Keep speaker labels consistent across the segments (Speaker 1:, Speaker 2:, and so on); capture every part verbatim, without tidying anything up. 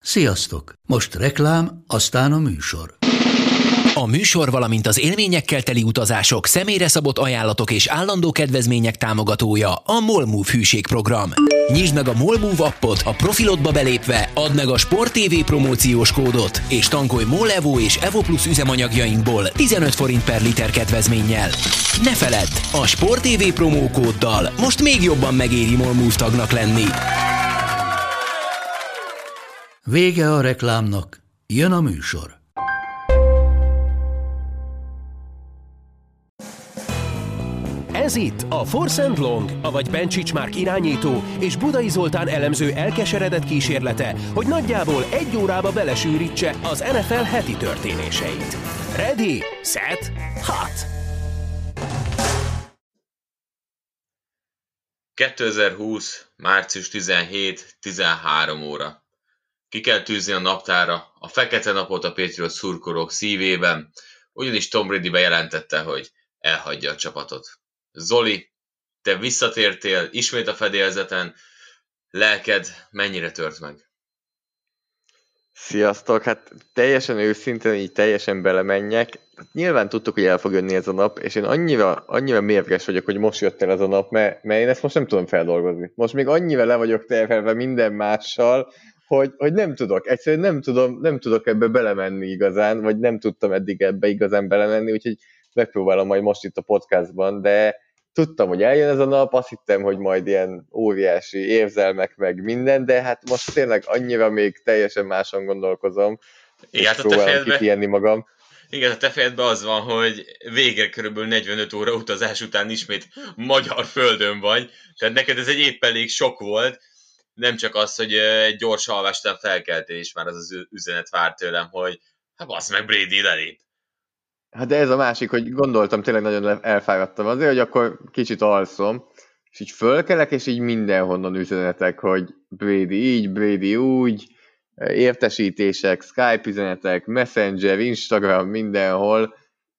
Speaker 1: Sziasztok! Most reklám, aztán a műsor.
Speaker 2: A műsor, valamint az élményekkel teli utazások, személyre szabott ajánlatok és állandó kedvezmények támogatója a MOLMOVE hűségprogram. Nyisd meg a MOLMOVE appot, a profilodba belépve add meg a Sport té vé promóciós kódot, és tankolj MOL Evo és Evo Plus üzemanyagjainkból tizenöt forint per liter kedvezménnyel. Ne feledd, a Sport té vé promókóddal most még jobban megéri MOLMOVE tagnak lenni.
Speaker 1: Vége a reklámnak, jön a műsor.
Speaker 3: Ez itt a Force and Long, avagy Bencsics Márk irányító és Budai Zoltán elemző elkeseredett kísérlete, hogy nagyjából egy órába belesűrítse az en ef el heti történéseit. Ready, set, hot!
Speaker 4: kétezer-húsz. március tizenhetedike. tizenhárom óra. Ki kell tűzni a naptára a fekete napot a Patriot szurkolók szívében, ugyanis Tom Brady bejelentette, hogy elhagyja a csapatot. Zoli, te visszatértél ismét a fedélzeten, lelked mennyire tört meg?
Speaker 5: Sziasztok, hát teljesen őszintén, így teljesen belemenjek. Nyilván tudtuk, hogy el fog jönni ez a nap, és én annyira, annyira mérges vagyok, hogy most jött el ez a nap, mert, mert én ezt most nem tudom feldolgozni. Most még annyira le vagyok terhelve minden mással, hogy, hogy nem tudok, egyszerűen nem tudom, nem tudok ebbe belemenni igazán, vagy nem tudtam eddig ebbe igazán belemenni, úgyhogy megpróbálom majd most itt a podcastban, de tudtam, hogy eljön ez a nap, azt hittem, hogy majd ilyen óriási érzelmek meg minden, de hát most tényleg annyira még teljesen máson gondolkozom,
Speaker 4: igen,
Speaker 5: és próbálom kipihenni magam.
Speaker 4: Igen, a te fejedben az van, hogy végre körülbelül negyvenöt óra utazás után ismét magyar földön vagy, tehát neked ez egy épp elég sok volt, nem csak az, hogy egy gyors alvástán felkeltés, már az az üzenet vár tőlem, hogy hát bassz meg, Brady lelép.
Speaker 5: Hát de ez a másik, hogy gondoltam, tényleg nagyon elfáradtam azért, hogy akkor kicsit alszom, és így fölkelek, és így mindenhonnan üzenetek, hogy Brady így, Brady úgy, értesítések, Skype üzenetek, Messenger, Instagram, mindenhol.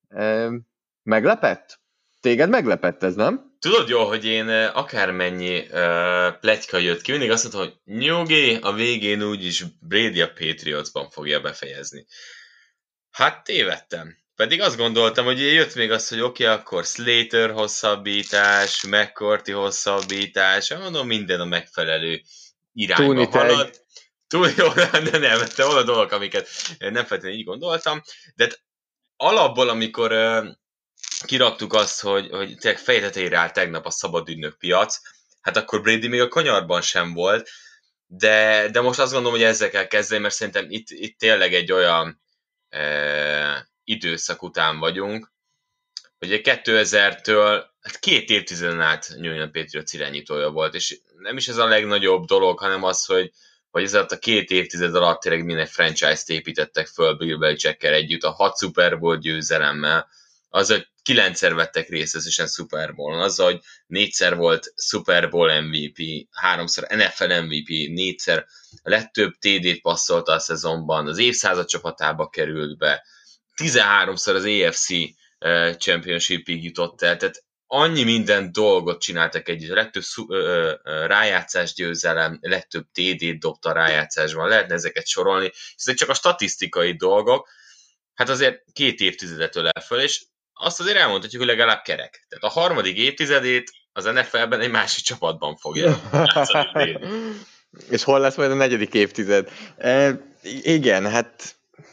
Speaker 5: Meglepett? Téged meglepett ez, nem?
Speaker 4: Tudod jól, hogy én akármennyi uh, pletyka jött ki, mindig azt mondtam, hogy nyugi, a végén úgyis Brady a Patriotsban fogja befejezni. Hát tévedtem. Pedig azt gondoltam, hogy jött még az, hogy oké, okay, akkor Slater hosszabbítás, McCourty hosszabbítás, mondom, minden a megfelelő irányba
Speaker 5: Túni
Speaker 4: halad. Túl jó, de nem, de van a dolgok, amiket nem feltétlenül így gondoltam. De alapból, amikor uh, kiraktuk azt, hogy, hogy tényleg feje tetejére áll tegnap a szabadügynök piac, hát akkor Brady még a kanyarban sem volt, de, de most azt gondolom, hogy ezzel kell kezdeni, mert szerintem itt, itt tényleg egy olyan uh, időszak után vagyunk, hogy kétezertől hát két évtizeden át New England Patriots irányítója volt, és nem is ez a legnagyobb dolog, hanem az, hogy, hogy ez alatt a két évtized alatt tényleg minden franchise-t építettek föl Bill Belichickkel együtt, a hat Super Bowl győzelemmel, az, hogy kilencszer vettek részt összesen Super Bowl-on, az, hogy négyszer volt Super Bowl em vé pé, háromszor en ef el em vé pé, négyszer a legtöbb té dét passzolta a szezonban, az évszázad csapatába került be, tizenháromszor az á ef cé uh, Championship-ig jutott el, tehát annyi minden dolgot csináltak együtt, a legtöbb szu- uh, uh, rájátszás győzelem, a legtöbb té dét dobta a rájátszásban, lehetne ezeket sorolni, ezek csak a statisztikai dolgok, hát azért két évtizedet ölel föl, és azt azért elmondhatjuk, hogy legalább kerek. Tehát a harmadik évtizedét az en ef el-ben egy másik csapatban fogja játszani.
Speaker 5: És hol lesz majd a negyedik évtized? E, igen, hát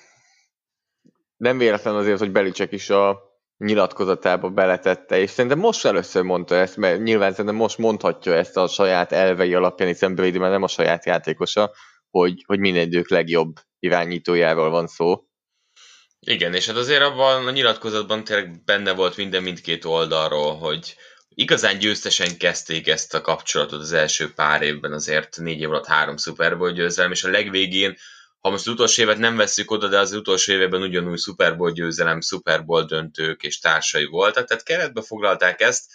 Speaker 5: nem véletlen azért, hogy Belichick is a nyilatkozatába beletette, és szerintem most először mondta ezt, mert nyilván szerintem most mondhatja ezt a saját elvei alapján, hiszen Brady már nem a saját játékosa, hogy, hogy minden idők legjobb irányítójáról van szó.
Speaker 4: Igen, és hát azért abban a nyilatkozatban tényleg benne volt minden mindkét oldalról, hogy igazán győztesen kezdték ezt a kapcsolatot az első pár évben, azért négy év alatt három Super Bowl győzelem, és a legvégén, ha most az utolsó évet nem vesszük oda, de az utolsó évben ugyanúgy Super Bowl győzelem, Super Bowl döntők és társai voltak, tehát keretbe foglalták ezt.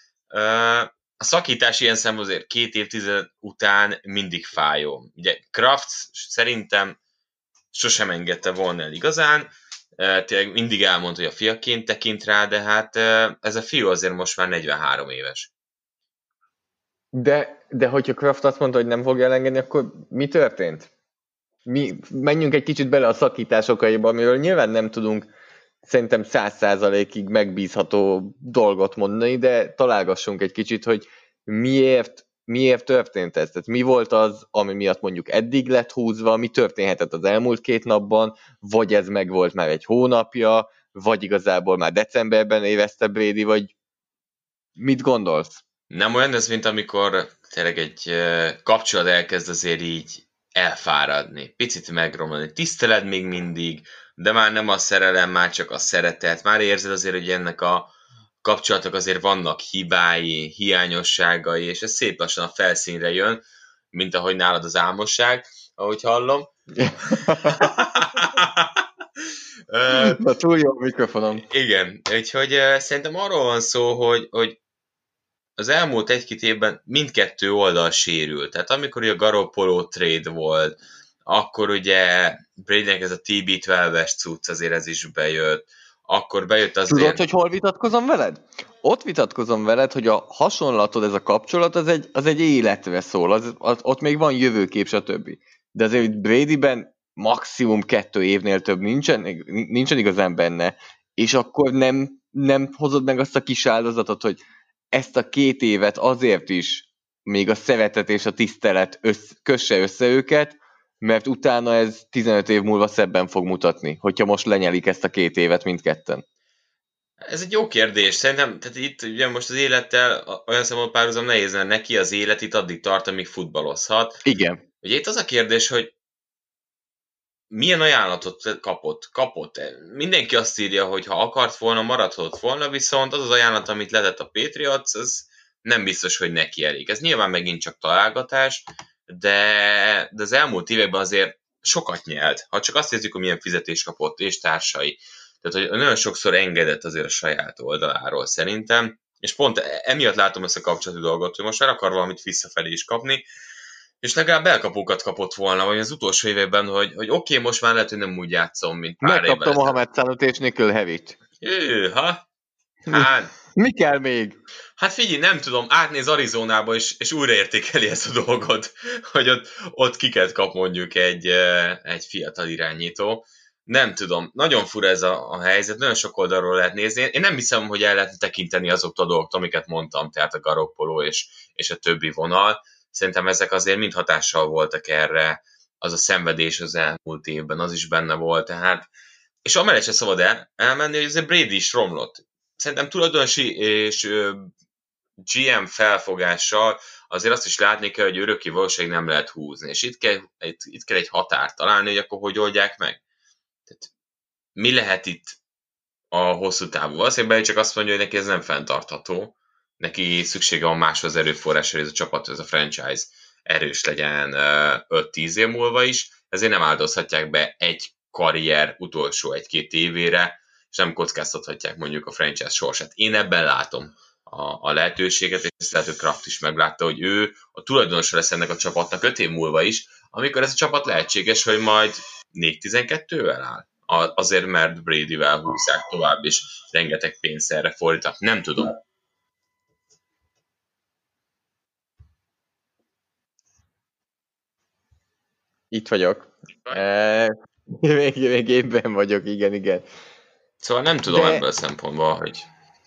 Speaker 4: A szakítás ilyen szemben azért két évtized után mindig fájó. Ugye Kraft szerintem sosem engedte volna el igazán, tényleg mindig elmondta, hogy a fiaként tekint rá, de hát ez a fiú azért most már negyvenhárom éves.
Speaker 5: De, de hogyha Kraft azt mondta, hogy nem fogja elengedni, akkor mi történt? mi menjünk egy kicsit bele a szakításokaiba, amiről nyilván nem tudunk szerintem száz százalékig megbízható dolgot mondani, de találgassunk egy kicsit, hogy miért, miért történt ez. Tehát mi volt az, ami miatt mondjuk eddig lett húzva, mi történhetett az elmúlt két napban, vagy ez meg volt már egy hónapja, vagy igazából már decemberben évezte Brady, vagy mit gondolsz?
Speaker 4: Nem olyan ez, mint amikor tényleg egy kapcsolat elkezd azért így elfáradni, picit megromlani. Tiszteled még mindig, de már nem a szerelem, már csak a szeretet. Már érzed azért, hogy ennek a kapcsolatok azért vannak hibái, hiányosságai, és ez szép lassan a felszínre jön, mint ahogy nálad az álmosság, ahogy hallom.
Speaker 5: Na, túl jó a mikrofonom.
Speaker 4: Igen, úgyhogy uh, szerintem arról van szó, hogy, hogy az elmúlt egy-két évben mindkettő oldal sérült. Tehát amikor ugye a Garoppolo trade volt, akkor ugye Bradynek ez a té bé tizenkettes cucc, azért ez is bejött, akkor bejött azért...
Speaker 5: Tudod, hogy hol vitatkozom veled? Ott vitatkozom veled, hogy a hasonlatod, ez a kapcsolat, az egy, az egy életre szól, az, az, ott még van jövőkép, stb. De azért Bradyben maximum kettő évnél több nincsen, nincsen igazán benne, és akkor nem, nem hozod meg azt a kis áldozatot, hogy ezt a két évet azért is még a szeretet és a tisztelet össz, kösse össze őket, mert utána ez tizenöt év múlva szebben fog mutatni, hogyha most lenyelik ezt a két évet mindketten.
Speaker 4: Ez egy jó kérdés. Szerintem, tehát itt ugye most az élettel olyan szempontból párhuzam nehéz, mert neki az élet itt addig tart, amíg futballozhat.
Speaker 5: Igen.
Speaker 4: Ugye itt az a kérdés, hogy milyen ajánlatot kapott? Kapott. Mindenki azt írja, hogy ha akart volna, maradhatott volna, viszont az az ajánlat, amit letett a Patriots, az nem biztos, hogy neki elég. Ez nyilván megint csak találgatás, de, de az elmúlt években azért sokat nyelt. Ha csak azt nézzük, hogy milyen fizetést kapott, és társai. Tehát, hogy nagyon sokszor engedett azért a saját oldaláról szerintem, és pont emiatt látom ezt a kapcsolati dolgot, hogy most el akar valamit visszafelé is kapni, és legalább elkapókat kapott volna, vagy az utolsó években, hogy, hogy oké, okay, most már lehet, hogy nem úgy játszom, mint pár évvel.
Speaker 5: Megkapta Mohamed Salahot és Nickel Heavy-t.
Speaker 4: Jö, ha? Hát...
Speaker 5: Mi kell még?
Speaker 4: Hát figyelj, nem tudom, átnéz Arizonába, és, és újraértékeli ezt a dolgot, hogy ott, ott kiket kap mondjuk egy, egy fiatal irányító. Nem tudom, nagyon fura ez a, a helyzet, nagyon sok oldalról lehet nézni. Én nem hiszem, hogy el lehet tekinteni azoktól a dolgoktól, amiket mondtam, tehát a Garoppolo és, és a többi vonal. Szerintem ezek azért mind hatással voltak erre, az a szenvedés az elmúlt évben, az is benne volt, tehát. És amellett se szabad el, elmenni, hogy azért Brady is romlott. Szerintem tulajdonosi és gé em felfogással azért azt is látni kell, hogy örökké valószínűleg nem lehet húzni. És itt kell, itt, itt kell egy határt találni, hogy akkor hogy oldják meg. Tehát, mi lehet itt a hosszú távú? Valószínűleg csak azt mondja, hogy neki ez nem fenntartható. Neki szüksége van máshoz erőforrásra, hogy ez a csapat, ez a franchise erős legyen öt-tíz év múlva is. Ezért nem áldozhatják be egy karrier utolsó egy-két évére, és nem kockáztathatják mondjuk a franchise sorsát. Én ebben látom a, a lehetőséget, és ezt lehet, hogy Kraft is meglátta, hogy ő a tulajdonosa lesz ennek a csapatnak öt év múlva is, amikor ez a csapat lehetséges, hogy majd négy tizenkettővel áll. Azért, mert Bradyvel húzzák tovább, és rengeteg pénzt erre fordítanak. Nem tudom.
Speaker 5: Itt vagyok. E, még, még évben vagyok, igen, igen.
Speaker 4: Szóval nem tudom
Speaker 5: de...
Speaker 4: ebből a szempontból, hogy...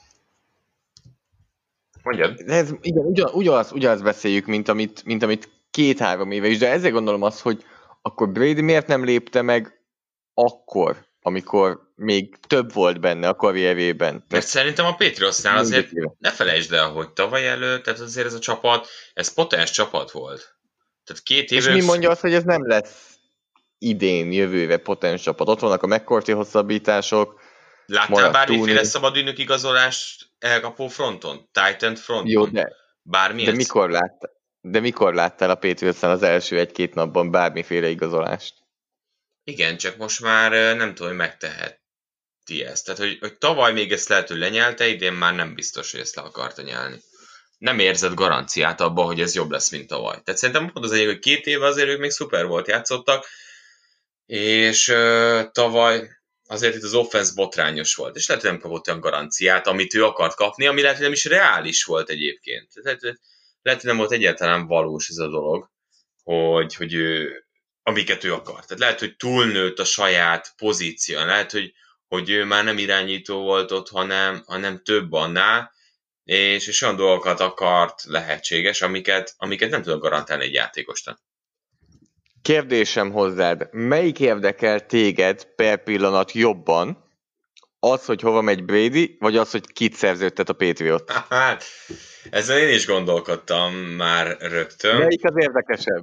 Speaker 4: Mondjad.
Speaker 5: De ez, igen, ugyan, ugyanaz, ugyanaz beszéljük, mint amit, mint amit két-három éve is, de ezért gondolom azt, hogy akkor Brady miért nem lépte meg akkor, amikor még több volt benne a karrierében.
Speaker 4: Mert, Mert szerintem a Patriotsnál azért ne felejtsd el, hogy tavaly előtt, tehát azért ez a csapat, ez potens csapat volt. Tehát két éve...
Speaker 5: És mi mondja azt, hogy ez nem lesz idén, jövőre potens csapat? Ott vannak a McCourty hosszabbítások.
Speaker 4: Láttál bármiféle szabadügynök igazolást elkapó fronton? Titan fronton?
Speaker 5: Jó, de,
Speaker 4: Bármi
Speaker 5: de mikor láttál? De mikor láttál a Patriotsnál az első egy-két napban bármiféle igazolást?
Speaker 4: Igen, csak most már nem tudom, hogy megteheti ezt. Tehát, hogy, hogy tavaly még ezt lehet, hogy lenyelte, idén már nem biztos, hogy ezt le akarta nyelni. Nem érzed garanciát abban, hogy ez jobb lesz, mint tavaly. Tehát szerintem pont az egyik, hogy két éve azért ők még szuper volt játszottak, és uh, tavaly azért itt az offense botrányos volt, és lehet, hogy nem kapott olyan garanciát, amit ő akart kapni, ami lehet, hogy nem is reális volt egyébként. Tehát, lehet, hogy nem volt egyáltalán valós ez a dolog, hogy, hogy ő amiket ő akar. Tehát lehet, hogy túlnőtt a saját pozíció, lehet, hogy, hogy ő már nem irányító volt ott, hanem, hanem több annál, és, és olyan dolgokat akart lehetséges, amiket, amiket nem tudok garantálni egy játékosnak.
Speaker 5: Kérdésem hozzád, melyik érdekel téged per pillanat jobban? Az, hogy hova megy Brady, vagy az, hogy kit szerződtet a Patriot?
Speaker 4: Hát, ezzel én is gondolkodtam már rögtön.
Speaker 5: Melyik az érdekesebb?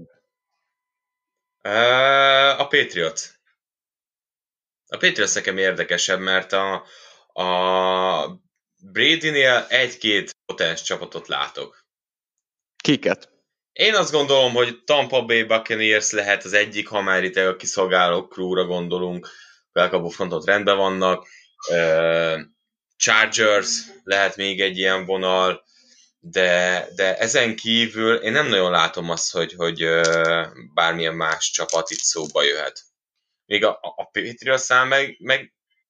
Speaker 4: A Patriots. A Patriots nekem érdekesebb, mert a, a Brady-nél egy-két potens csapatot látok.
Speaker 5: Kiket?
Speaker 4: Én azt gondolom, hogy Tampa Bay Buccaneers lehet az egyik, ha már itt a kiszolgáló crew-ra gondolunk, felkapó frontot rendben vannak, Chargers lehet még egy ilyen vonal, de, de ezen kívül én nem nagyon látom azt, hogy, hogy bármilyen más csapat itt szóba jöhet. Még a, a Patriots-nál meg, meg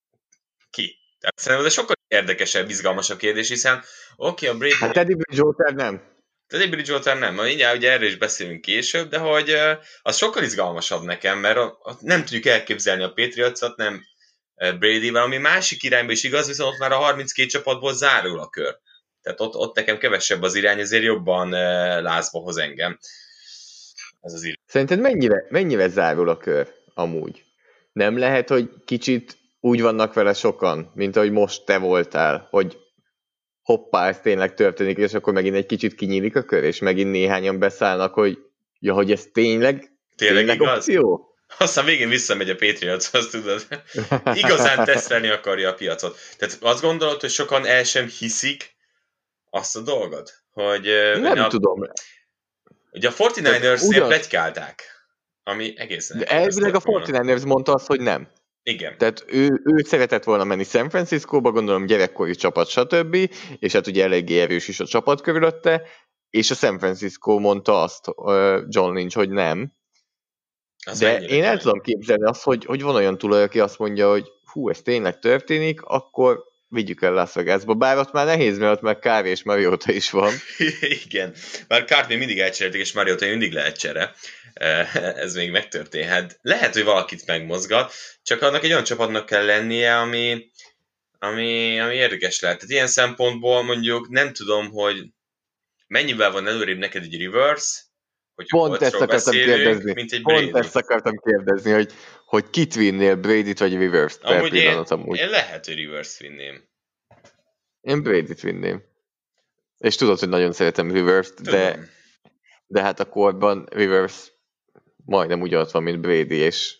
Speaker 4: ki? Tehát szerintem ez sokkal érdekesebb, izgalmasabb kérdés, hiszen oké, okay, a Brady...
Speaker 5: Hát Teddy Bridgewater nem.
Speaker 4: Teddy Bridgewater nem, mindjárt ugye erről is beszélünk később, de hogy az sokkal izgalmasabb nekem, mert a, a, nem tudjuk elképzelni a Patriots-ot, nem Brady-vel, ami másik irányba is igaz, viszont ott már a harminckét csapatból zárul a kör. Tehát ott, ott nekem kevesebb az irány, ezért jobban lázba hoz engem. Ez az irány.
Speaker 5: Szerinted mennyire, mennyire zárul a kör amúgy? Nem lehet, hogy kicsit úgy vannak vele sokan, mint ahogy most te voltál, hogy hoppá, ez tényleg történik, és akkor megint egy kicsit kinyílik a kör, és megint néhányan beszállnak, hogy ja, hogy ez tényleg,
Speaker 4: tényleg, tényleg igaz?
Speaker 5: Opció?
Speaker 4: Aztán végén visszamegy a Patriots, azt tudod. Igazán tesztelni akarja a piacot. Tehát azt gondolod, hogy sokan el sem hiszik azt a dolgot? Hogy,
Speaker 5: nem
Speaker 4: a,
Speaker 5: tudom.
Speaker 4: Ugye a negyvenkilencesnél
Speaker 5: ugyan...
Speaker 4: pletykálták, ami egészen...
Speaker 5: De elvileg a negyvenkilences mondta azt, hogy nem.
Speaker 4: Igen.
Speaker 5: Tehát ő, ő szeretett volna menni San Franciscóba, gondolom gyerekkori csapat, stb. És hát ugye eléggé erős is a csapat körülötte, és a San Francisco mondta azt John Lynch, hogy nem. Az de én el tudom képzelni azt, hogy, hogy van olyan tulaj, aki azt mondja, hogy hú, ez tényleg történik, akkor vigyük el Las Vegasba. Bár ott már nehéz, mert ott már Kár és Mariota is van.
Speaker 4: Igen. Bár Kárt még mindig elcserélték, és Mariota mindig lehet csere. Ez még megtörténhet. Lehet, hogy valakit megmozgat, csak annak egy olyan csapatnak kell lennie, ami, ami, ami érdekes lehet. Tehát ilyen szempontból mondjuk nem tudom, hogy mennyivel van előrébb neked egy reverse, hogy
Speaker 5: Pont ezt akartam kérdezni.
Speaker 4: Mint egy
Speaker 5: Pont Brady. Ezt akartam kérdezni, hogy, hogy kit vinnél, Brady-t vagy Rivers-t per
Speaker 4: amúgy
Speaker 5: pillanat
Speaker 4: én,
Speaker 5: amúgy.
Speaker 4: Én lehet, hogy Rivers vinném.
Speaker 5: Én Brady-t vinném. És tudod, hogy nagyon szeretem Rivers-t, de, de hát a korban Rivers majdnem ugyanott van, mint Brady, és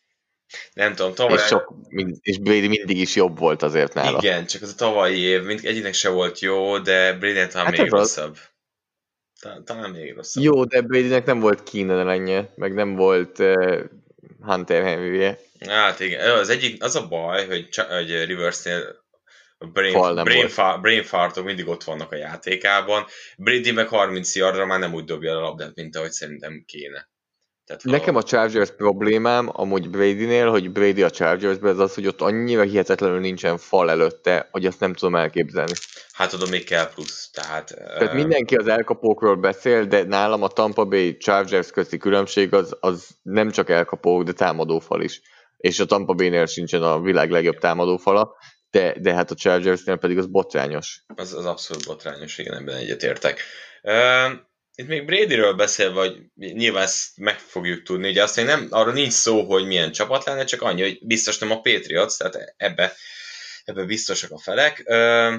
Speaker 4: nem tudom, tavaly...
Speaker 5: És, sok, és Brady mindig is jobb volt azért nála.
Speaker 4: Igen, csak az a tavalyi év mind egyiknek se volt jó, de Brady talán hát még rosszabb. Talán, talán még rosszabb.
Speaker 5: Jó, de Bradynek nem volt Keenan ellenje, meg nem volt uh, Hunter Henry-je.
Speaker 4: Hát igen, az egyik, az a baj, hogy, hogy Riversnél a brain, brain, far, brain fartok mindig ott vannak a játékában. Brady meg harminc yardra már nem úgy dobja a labdát, mint ahogy szerintem kéne. Tehát
Speaker 5: nekem a Chargers problémám amúgy Bradynél, hogy Brady a Chargersben, ez az, hogy ott annyira hihetetlenül nincsen fal előtte, hogy azt nem tudom elképzelni.
Speaker 4: Hát oda még kell plusz. Tehát,
Speaker 5: tehát uh... mindenki az elkapókról beszél, de nálam a Tampa Bay Chargers közti különbség az, az nem csak elkapók, de támadófal is. És a Tampa Bay-nél sincsen a világ legjobb támadófala, de, de hát a Chargersnél pedig az botrányos.
Speaker 4: Az, az abszolút botrányos, igen, ebben egyetértek. Uh... Itt még Bradyről beszél, vagy nyilván ezt meg fogjuk tudni, ugye azt, hogy nem, arra nincs szó, hogy milyen csapat lenne, csak annyi, hogy biztos nem a Patriots, tehát ebbe, ebbe biztosak a felek. Uh,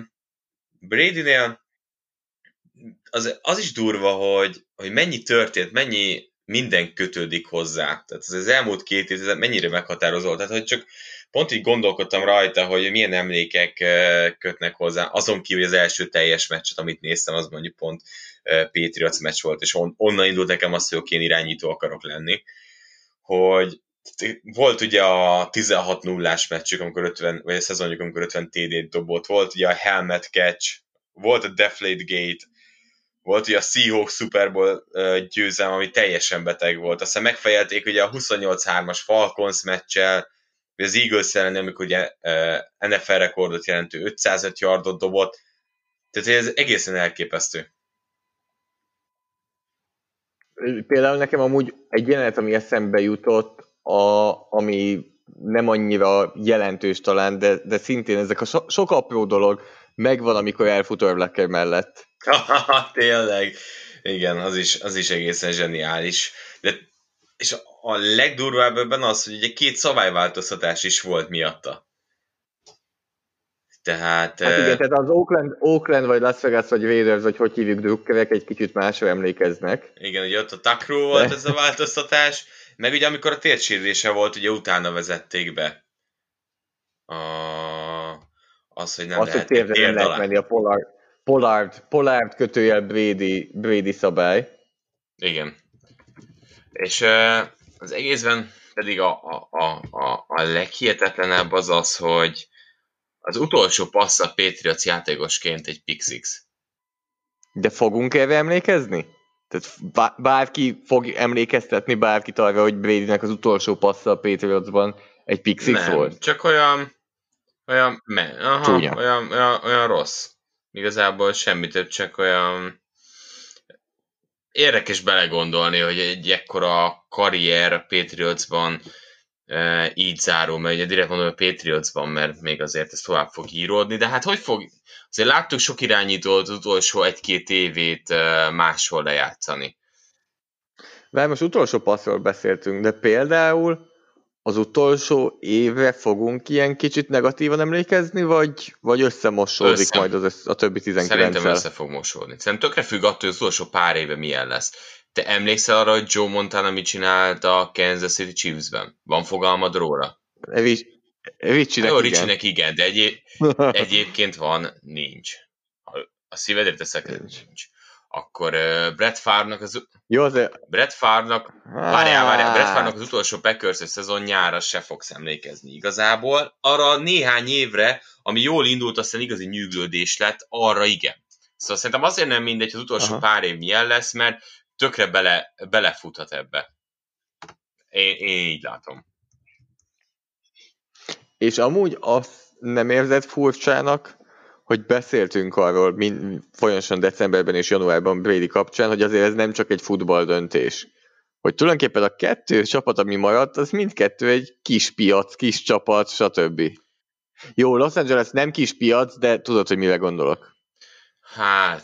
Speaker 4: Bradynél az, az is durva, hogy, hogy mennyi történt, mennyi minden kötődik hozzá. Tehát az, az elmúlt két év mennyire meghatározó. Tehát, hogy csak pont így gondolkodtam rajta, hogy milyen emlékek kötnek hozzá. Azon kívül, hogy az első teljes meccset, amit néztem, az mondjuk pont Patriots meccs volt, és on, onnan indult nekem az, hogy oké, én irányító akarok lenni. Hogy volt ugye a tizenhat nullás meccsük, amikor ötven, vagy a szezonjuk, amikor ötven té dét dobott, volt ugye a helmet catch, volt a Deflate Gate, volt ugye a Seahawks Super Bowl győzelem, ami teljesen beteg volt. Aztán megfejelték ugye a huszonnyolc hármas Falcons meccsel, vagy az Eagles ellen, amikor ugye en ef el rekordot jelentő ötszázöt yardot dobott. Tehát ez egészen elképesztő.
Speaker 5: például nekem amúgy egy jelenet, ami eszembe jutott, a, ami nem annyira jelentős talán, de, de szintén ezek a so, sok apró dolog megvan, amikor elfut Urlacher mellett.
Speaker 4: Tényleg. Igen, az is, az is egészen zseniális. De, és a legdurvább ebben az, hogy ugye két szabályváltoztatás is volt miatta. Tehát...
Speaker 5: Hát igen, tehát az Oakland, Oakland vagy Las Vegas, vagy Raiders, vagy hogy hívjuk drukkerek, egy kicsit másra emlékeznek.
Speaker 4: Igen, ugye ott a tuck rule volt ez a változtatás, meg ugye amikor a térsérülése volt, ugye utána vezették be a... az, hogy nem
Speaker 5: azt,
Speaker 4: lehet
Speaker 5: hogy térdre nem lehet menni a Pollard, Pollard, Pollard kötőjel Brady, Brady szabály.
Speaker 4: Igen. És uh, az egészben pedig a, a, a, a, a leghihetetlenebb az az, hogy az utolsó passz a Patriots játékosként egy pick six.
Speaker 5: De fogunk erre emlékezni? Tehát bárki fog emlékeztetni bárkit arra, hogy Bradynek az utolsó passza a Patriotsban egy pick six
Speaker 4: Nem,
Speaker 5: volt?
Speaker 4: csak olyan olyan, me, aha, olyan, olyan, olyan rossz. Igazából semmi több, csak olyan érdekes belegondolni, hogy egy ekkora karrier Patriotsban e, így zárul, mert ugye direkt mondom, hogy Patriotsban, mert még azért ez tovább fog íródni, de hát hogy fog, azért láttuk sok irányítót az utolsó egy-két évét e, máshol lejátszani.
Speaker 5: Mert most utolsó passzról beszéltünk, de például az utolsó évre fogunk ilyen kicsit negatívan emlékezni, vagy, vagy összemosódik össze. majd az össze, a többi tizenkilenccel?
Speaker 4: Szerintem össze fog mosódni. Szerintem tökre függ attól, hogy az utolsó pár éve milyen lesz. Te emlékszel arra, hogy Joe Montana mit csinált a Kansas City Chiefsben? Van fogalmad róla?
Speaker 5: Ricsinek
Speaker 4: Jó,
Speaker 5: igen.
Speaker 4: Ricsinek igen, de egyéb, egyébként van, nincs. A szívedre teszek, nincs. nincs. Akkor uh, Brett Favre-nak az...
Speaker 5: Jó, azért...
Speaker 4: Brett Favre-nak... Várjál, várjál, Brett Favre-nak az utolsó Packers-es szezonjára se fogsz emlékezni igazából. Arra néhány évre, ami jól indult, aztán igazi nyűglődés lett, arra igen. Szóval szerintem azért nem mindegy, hogy az utolsó Aha. pár év milyen lesz, mert tökre bele, belefuthat ebbe. Én, én így látom.
Speaker 5: És amúgy azt nem érzed furcsának, hogy beszéltünk arról mind, folyamatosan decemberben és januárban Brady kapcsán, hogy azért ez nem csak egy futball döntés. Hogy tulajdonképpen a kettő csapat, ami maradt, az mindkettő egy kis piac, kis csapat, stb. Jó, Los Angeles nem kis piac, de tudod, hogy mire gondolok.
Speaker 4: Hát...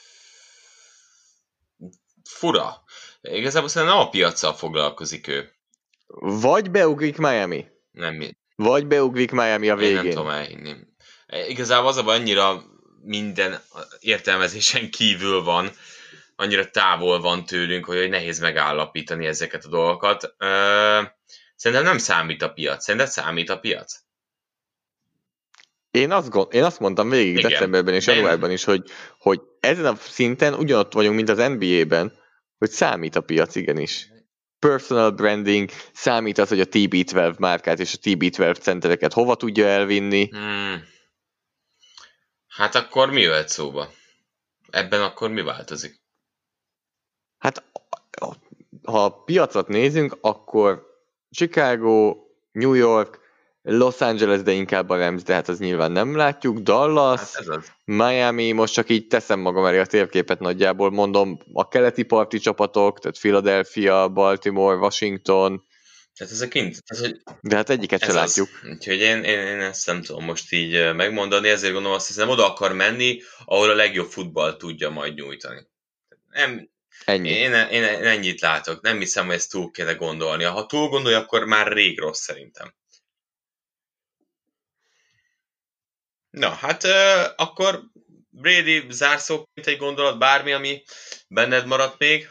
Speaker 4: Fura. Igazából szerintem nem a piaccal foglalkozik ő.
Speaker 5: Vagy beugrik Miami.
Speaker 4: Nem mi.
Speaker 5: Vagy beugrik Miami a végén.
Speaker 4: Én nem tudom elhinni. Igazából az a baj, annyira minden értelmezésen kívül van, annyira távol van tőlünk, hogy nehéz megállapítani ezeket a dolgokat. Szerintem nem számít a piac. Szerinted számít a piac?
Speaker 5: Én azt, gond, én azt mondtam végig Igen. decemberben és januárban is, hogy, hogy ezen a szinten ugyanott vagyunk, mint az en bé á-ben, hogy számít a piac igenis. Personal branding, számít az, hogy a té bé tizenkettő márkát és a té bé tizenkettő centereket hova tudja elvinni.
Speaker 4: Hmm. Hát akkor mi jöhet szóba? Ebben akkor mi változik?
Speaker 5: Hát, ha a piacot nézünk, akkor Chicago, New York, Los Angeles, de inkább a Rams, de hát az nyilván nem látjuk, Dallas, hát ez az. Miami, most csak így teszem magam elé a térképet nagyjából, mondom, a keleti parti csapatok, tehát Philadelphia, Baltimore, Washington,
Speaker 4: tehát ez a kint. Ez, hogy
Speaker 5: de hát egyiket se látjuk.
Speaker 4: Úgyhogy én, én, én ezt nem tudom most így megmondani, ezért gondolom azt hiszem, oda akar menni, ahol a legjobb futball tudja majd nyújtani. Nem,
Speaker 5: Ennyi.
Speaker 4: Én, én, én ennyit látok, nem hiszem, hogy ezt túl kell gondolni. Ha túl gondolja, akkor már rég rossz szerintem. Na, hát euh, akkor Brady zárszóként egy gondolat, bármi, ami benned maradt még?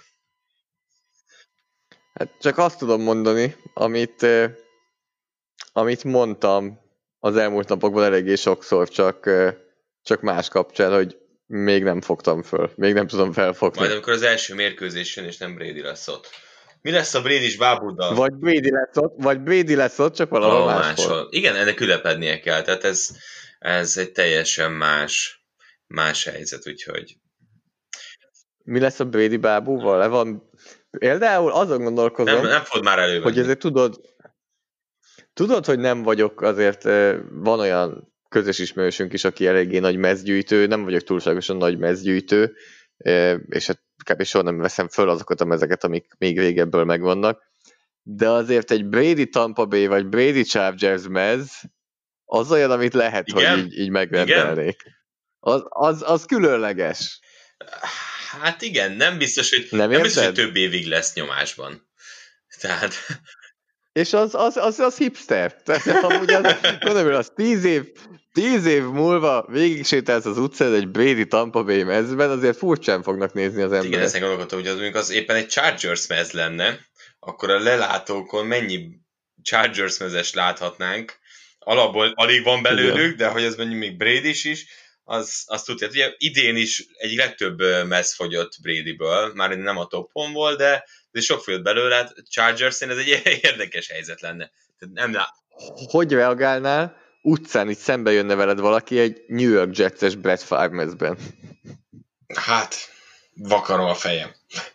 Speaker 5: Hát csak azt tudom mondani, amit, eh, amit mondtam az elmúlt napokban eléggé sokszor, csak, eh, csak más kapcsán, hogy még nem fogtam föl, még nem tudom felfogni.
Speaker 4: Majd amikor az első mérkőzésen és nem Brady lesz ott. Mi lesz a Brady-s bábuddal?
Speaker 5: Vagy Brady lesz ott, vagy Brady lesz ott, csak valahol
Speaker 4: Valahol
Speaker 5: máshol.
Speaker 4: máshol. Igen, ennek ülepednie kell, tehát ez, ez egy teljesen más, más helyzet, úgyhogy...
Speaker 5: Mi lesz a Brady bábúval? Le van... Például azon gondolkozom,
Speaker 4: nem, nem fog már elővenni.
Speaker 5: Hogy ezért tudod, tudod, hogy nem vagyok, azért van olyan közös ismerősünk is, aki eléggé nagy mezgyűjtő, nem vagyok túlságosan nagy mezgyűjtő, és hát kb. Soha nem veszem föl azokat a mezeket, amik még régebből megvannak, de azért egy Brady Tampa Bay vagy Brady Chargers mez az olyan, amit lehet,
Speaker 4: Igen?
Speaker 5: hogy így, így megrendelnék. Az, az, az különleges.
Speaker 4: Hát igen, nem biztos, hogy,
Speaker 5: Nem
Speaker 4: nem biztos, hogy
Speaker 5: érzed?
Speaker 4: több évig lesz nyomásban. Tehát...
Speaker 5: És az, az, az, az hipster. Tehát amúgy az, mondom, hogy az tíz év, tíz év múlva végig sétálsz az utcán egy Brady Tampa Bay mezben, azért furcsán fognak nézni az
Speaker 4: igen,
Speaker 5: emberek.
Speaker 4: ezen gondolkodtam, hogy az, mondjuk az éppen egy Chargers mez lenne, akkor a lelátókon mennyi Chargers mezes láthatnánk. Alapból alig van belőlük, de hogy az mondjuk még Brady is, az, az tudja. Ugye idén is egy legtöbb mez fogyott Bradyből, már nem a topon volt, de, de sok fogyott belőle, hát Chargers-én ez egy érdekes helyzet lenne. Tehát nem lá...
Speaker 5: Hogy reagálnál? Utcán így szembe jönne veled valaki egy New York Jets-es Brett Favre mezben.
Speaker 4: Hát, vakarom a fejem.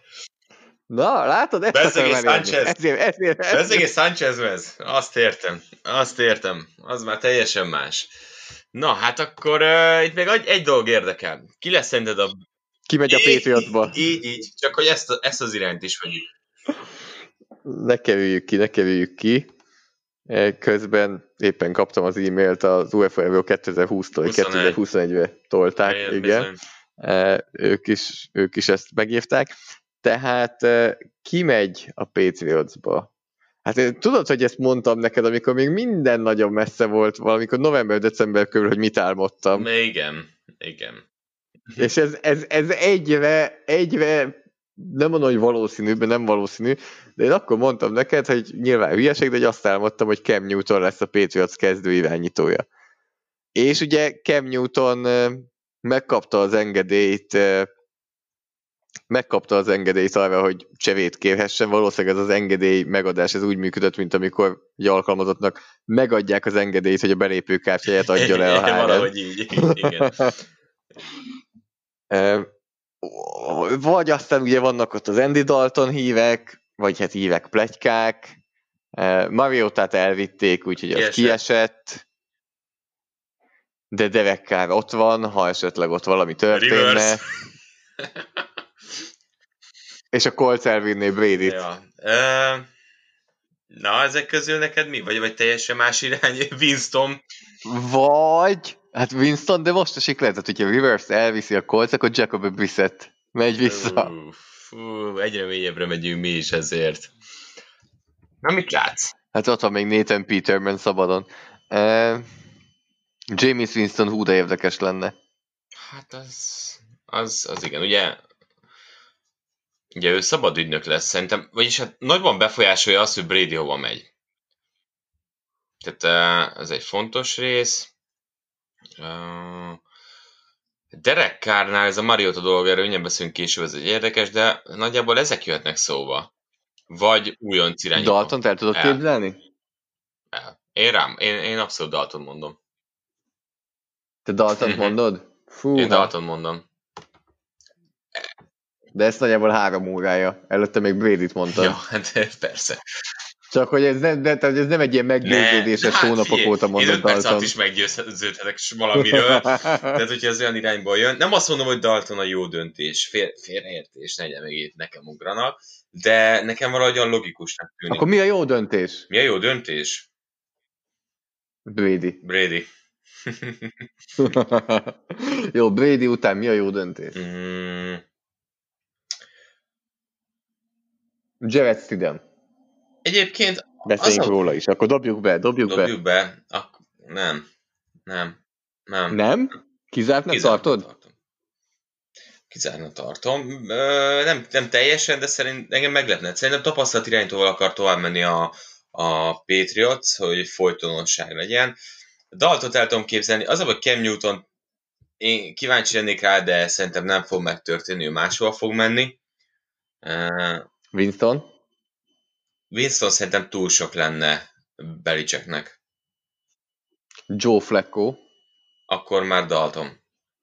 Speaker 5: Na, látod? Ezt
Speaker 4: Bezzegés
Speaker 5: akarom elérni.
Speaker 4: Sanchez.
Speaker 5: Ezért, ezért, ezért.
Speaker 4: Bezzegés Sanchez mez. Azt értem. Azt értem. Az már teljesen más. Na, hát akkor uh, itt még egy, egy dolog érdekel. Ki lesz szerinted a...
Speaker 5: Ki megy a Patriotba?
Speaker 4: Így, így, így. Csak hogy ezt, a, ezt az irányt is vegyük.
Speaker 5: Ne kerüljük ki, ne kerüljük ki. Közben éppen kaptam az e-mailt az u ef o Euro kétezer-húsztól, kétezer-huszonegybe tolták.
Speaker 4: Én
Speaker 5: igen. Ők is, ők is ezt megírták. Tehát ki megy a Patriotsba? Hát tudod, hogy ezt mondtam neked, amikor még minden nagyon messze volt, valamikor november-december körül, hogy mit álmodtam.
Speaker 4: Igen, igen.
Speaker 5: És ez, ez, ez egyre, egyre nem mondom, hogy valószínű, mert nem valószínű, de én akkor mondtam neked, hogy nyilván hülyeség, de hogy azt álmodtam, hogy Cam Newton lesz a Patriots kezdő irányítója. És ugye Cam Newton megkapta az engedélyt, megkapta az engedélyt arra, hogy csevét kérhessen. Valószínűleg ez az engedély megadás, ez úgy működött, mint amikor egy alkalmazottnak megadják az engedélyt, hogy a belépőkártyáját adja le a há er.
Speaker 4: Valahogy így, igen.
Speaker 5: Vagy aztán ugye vannak ott az Andy Dalton hívek, vagy hát hívek pletykák. Mariotát elvitték, úgyhogy az kiesett. kiesett. De Derek Carr ott van, ha esetleg ott valami történne. És a Colts elvinné Brady-t.
Speaker 4: Ja. Uh, na, ezek közül neked mi? Vagy, vagy teljesen más irány? Winston?
Speaker 5: Vagy, hát Winston, de most esik lehet, hogyha Rivers elviszi a Colts, akkor Jacoby Brissett megy vissza.
Speaker 4: Uh, fú, egyre mélyebbre megyünk mi is ezért. Na, mit látsz?
Speaker 5: Hát ott van még Nathan Peterman szabadon. Uh, Jameis Winston hú, de érdekes lenne.
Speaker 4: Hát az, az, az igen, ugye ugye ő szabad ügynök lesz szerintem, vagyis hát nagyban befolyásolja azt, hogy Brady hova megy. Tehát ez egy fontos rész. Derek Carrnál ez a Mariota dolog, erről mindjárt beszélünk később, ez egy érdekes, de nagyjából ezek jöhetnek szóba. Vagy újonc irányító.
Speaker 5: Daltont el tudod el. képzelni?
Speaker 4: El. Én rám, én, én abszolút Dalton mondom.
Speaker 5: Te Daltont mondod?
Speaker 4: Fú, én Dalton mondom.
Speaker 5: De ezt nagyjából három órája. Előtte még Brady-t mondtad.
Speaker 4: Ja, hát persze.
Speaker 5: Csak hogy ez nem, de, ez nem egy ilyen meggyőződéses hát, hónapok figyelj, óta mondod Dalton.
Speaker 4: Én öt perc alatt is meggyőződhetek valamiről. Tehát, hogyha ez olyan irányból jön. Nem azt mondom, hogy Dalton a jó döntés. Fél, félreértés, ne legyen még itt nekem ugranak. De nekem valahogy olyan logikusnak tűnik.
Speaker 5: Akkor mi a jó döntés?
Speaker 4: Mi a jó döntés?
Speaker 5: Brady.
Speaker 4: Brady.
Speaker 5: Jó, Brady után mi a jó döntés?
Speaker 4: Mm.
Speaker 5: Jarrett Stidham.
Speaker 4: Egyébként...
Speaker 5: Beszéljünk a... róla is, akkor dobjuk be, dobjuk,
Speaker 4: dobjuk
Speaker 5: be.
Speaker 4: be. Ak- nem, nem, nem.
Speaker 5: Nem? Kizártnak tartod?
Speaker 4: Tartom. Kizártnak tartom. Ö, nem, nem teljesen, de szerint engem meglepne. Szerintem tapasztalat irányítóval akar tovább menni a, a Patriots, hogy folytonosság legyen. Daltot el tudom képzelni. Az a, hogy Cam Newton, én kíváncsi lennék rá, de szerintem nem fog megtörténni, ő máshol fog menni. Uh,
Speaker 5: Winston?
Speaker 4: Winston szerintem túl sok lenne Belichicknek.
Speaker 5: Joe Flacco?
Speaker 4: Akkor már Dalton.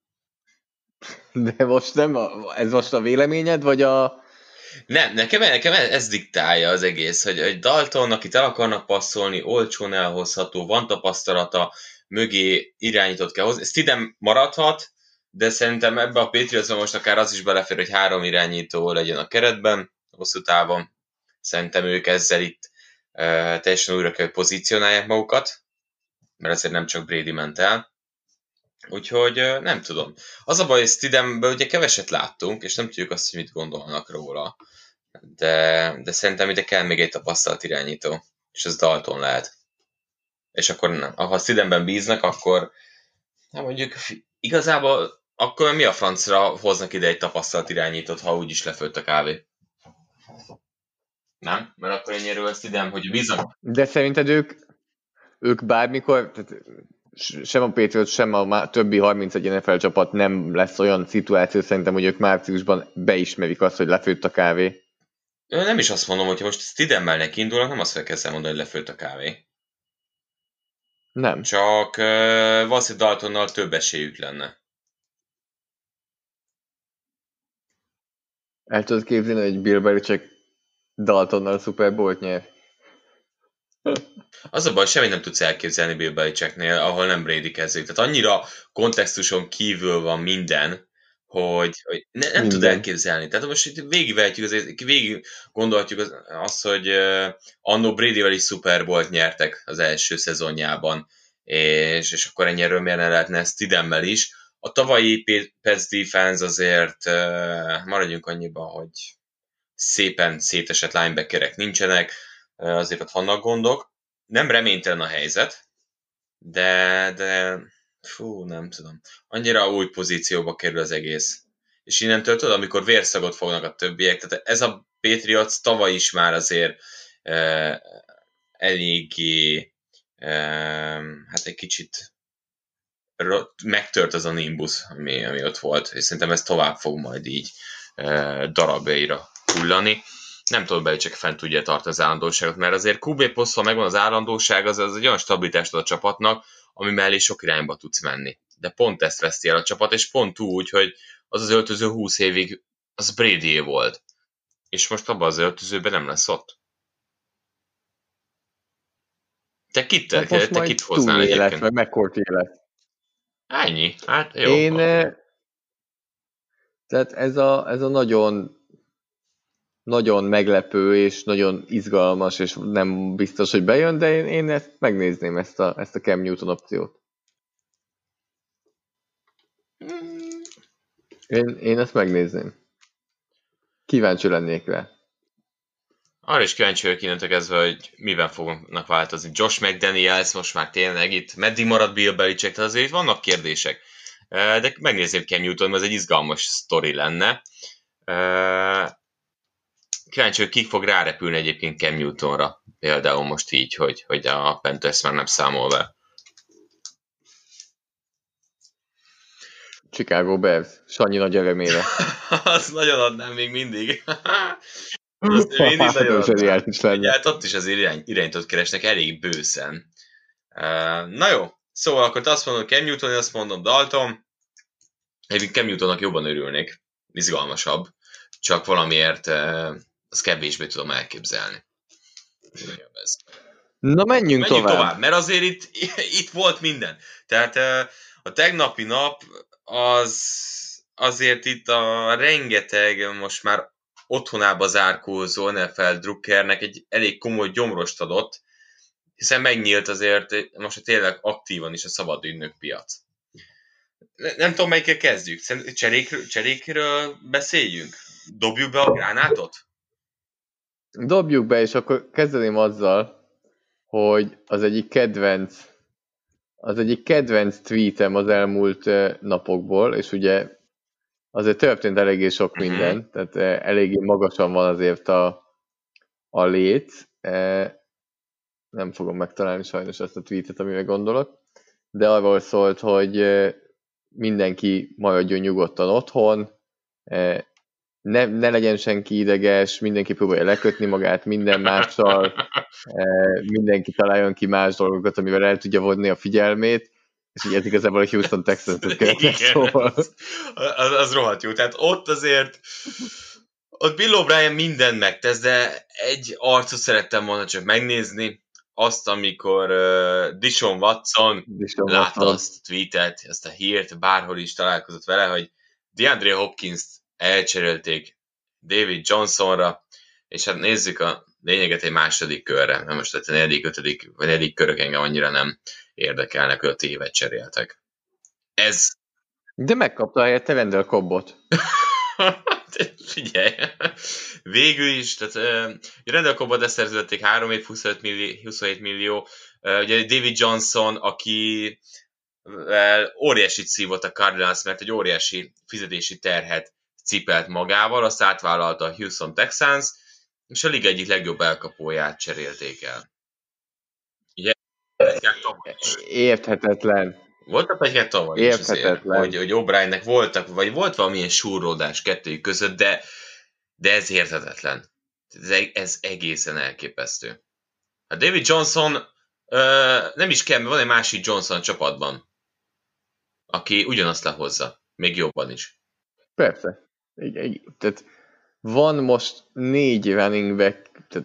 Speaker 5: De most nem, a, ez most a véleményed, vagy a...
Speaker 4: Nem, nekem, nekem ez diktálja az egész, hogy, hogy Dalton, akit el akarnak passzolni, olcsón elhozható, van tapasztalata, mögé irányított kell hozni. Stidham maradhat, de szerintem ebbe a Patriotsban most akár az is belefér, hogy három irányító legyen a keretben, hosszú távon. Szerintem ők ezzel itt uh, teljesen újra kell pozícionálják magukat, mert azért nem csak Brady ment el. Úgyhogy uh, nem tudom. Az a baj, hogy Stidhamben ugye keveset láttunk, és nem tudjuk azt, hogy mit gondolnak róla. De, de szerintem ide kell még egy tapasztalt irányító, és ez Dalton lehet. És akkor nem. Ha Stidhamben bíznak, akkor nem mondjuk igazából akkor mi a francra hoznak ide egy tapasztalt irányítót, ha úgyis lefőtt a kávé? Nem? Mert akkor ennyire Stidham, hogy bíznak.
Speaker 5: De szerinted ők, ők bármikor, tehát sem a Patriots, sem a többi harmincegy en ef el csapat nem lesz olyan szituáció szerintem, hogy ők márciusban beismerik azt, hogy lefőtt a kávé.
Speaker 4: Nem is azt mondom, hogy most Stidhammel neki indulnak, nem azt kell mondani, hogy lefőtt a kávé.
Speaker 5: Nem.
Speaker 4: Csak uh, valószínűleg Daltonnal több esélyük lenne.
Speaker 5: El tudod képzelni, hogy Bill Belichick Daltonnal Super Bowl-t nyer?
Speaker 4: Az a baj, semmit nem tudsz elképzelni Bill Belichicknél, ahol nem Brady kezdődik. Tehát annyira kontextuson kívül van minden, hogy, hogy ne, nem tud elképzelni. Tehát most itt végigvehetjük, azért, végig gondolhatjuk az, azt, hogy uh, annó Bradyvel is Super Bowl-t nyertek az első szezonjában, és, és akkor ennyire miért ne lehetne Stidhammel is. A tavalyi Pets defense azért uh, maradjunk annyiban, hogy szépen szétesett linebackerek nincsenek, uh, azért ott vannak gondok. Nem reménytelen a helyzet, de, de fú, nem tudom. Annyira új pozícióba kerül az egész. És innentől tudod, amikor vérszagot fognak a többiek, tehát ez a Patriots tavaly is már azért uh, eléggé uh, hát egy kicsit megtört az a nimbus, ami, ami ott volt, és szerintem ez tovább fog majd így uh, darabjaira hullani. Nem tudom, hogy csak fent tudja tartani az állandóságot, mert azért kú bé posztval megvan az állandóság, az, az egy olyan stabilitást ad a csapatnak, ami mellé sok irányba tudsz menni. De pont ezt veszti el a csapat, és pont úgy, hogy az az öltöző húsz évig az Brady volt. És most abban az öltözőben nem lesz ott. Te kit, te, te, te kit hoznál
Speaker 5: élet,
Speaker 4: egyébként?
Speaker 5: Meg McCourt élet.
Speaker 4: Ennyi? Hát jó.
Speaker 5: Én, tehát ez a, ez a nagyon nagyon meglepő és nagyon izgalmas, és nem biztos, hogy bejön, de én, én ezt megnézném, ezt a, ezt a Cam Newton opciót. Én, én ezt megnézném. Kíváncsi lennék rá.
Speaker 4: Arra is kíváncsi vagyok innentől kezdve, hogy miben fognak változni. Josh McDaniels most már tényleg itt, meddig marad Bill Belichick, tehát azért vannak kérdések. De megnézném Cam Newton, ez egy izgalmas sztori lenne. Kíváncsi, hogy ki fog rárepülni egyébként Cam Newtonra. Például most így, hogy, hogy a Panthers már nem számol be.
Speaker 5: Chicago Bears, Sanyi nagy örömére.
Speaker 4: Azt nagyon adnám még mindig. Azt mindig nagyon adnám. Is lenne. Hát ott is az irány, irányítót keresnek elég bőszen. Uh, na jó, szóval akkor te azt mondod Cam Newton, én azt mondom Dalton. Egyébként Cam Newtonnak jobban örülnék. Izgalmasabb. Csak valamiért uh, azt kevésbé tudom elképzelni.
Speaker 5: Na menjünk, menjünk tovább.
Speaker 4: tovább. Mert azért itt, itt volt minden. Tehát uh, a tegnapi nap az azért itt a rengeteg most már otthonába zárkózó en ef el drukkernek egy elég komoly gyomrost adott, hiszen megnyílt azért most tényleg aktívan is a szabad ügynök piac. Nem tudom, melyikkel kezdjük. Cserékről, cserékről beszéljünk? Dobjuk be a gránátot?
Speaker 5: Dobjuk be, és akkor kezdeném azzal, hogy az egyik kedvenc az egyik kedvenc tweetem az elmúlt napokból, és ugye azért történt eléggé sok minden, uh-huh. tehát eléggé magasan van azért a, a lét. Nem fogom megtalálni sajnos azt a tweetet, amire gondolok, de arról szólt, hogy mindenki maradjon nyugodtan otthon, ne, ne legyen senki ideges, mindenki próbálja lekötni magát minden mással, mindenki találjon ki más dolgokat, amivel el tudja vonni a figyelmét, és így ez igazából a Houston Texans-et követnek, szóval.
Speaker 4: Az, az, az rohadt jó. Tehát ott azért ott Bill O'Brien mindent megtesz, de egy arcot szerettem volna csak megnézni, azt, amikor uh, Dishon Watson
Speaker 5: Dishon
Speaker 4: látta
Speaker 5: Watson.
Speaker 4: azt a tweetet, azt a hírt, bárhol is találkozott vele, hogy DeAndre Hopkins-t elcserélték David Johnsonra, és hát nézzük a lényeget egy második körre, mert most a negyedik, ötödik, vagy negyedik körök engem annyira nem érdekelnek, hogy a évet cseréltek. Ez...
Speaker 5: De megkapta helyette Randall Cobbot.
Speaker 4: Figyelj, végül is, tehát uh, Randall Cobbot leszerződték három év, huszonöt millió, huszonhét millió, uh, ugye David Johnson, aki well, óriásit szívott a Cardinals, mert egy óriási fizetési terhet cipelt magával, azt átvállalta a Houston Texans, és a liga egyik legjobb elkapóját cserélték el. Ugye?
Speaker 5: Érthetetlen.
Speaker 4: Volt a plegykák tavaly is azért, hogy, hogy O'Briennek voltak, vagy volt valamilyen súrlódás kettőjük között, de, de ez érthetetlen. Ez, ez egészen elképesztő. A David Johnson uh, nem is kell, mert van egy másik Johnson csapatban, aki ugyanazt lehozza, még jobban is.
Speaker 5: Persze. Egy, egy, tehát van most négy running back, tehát,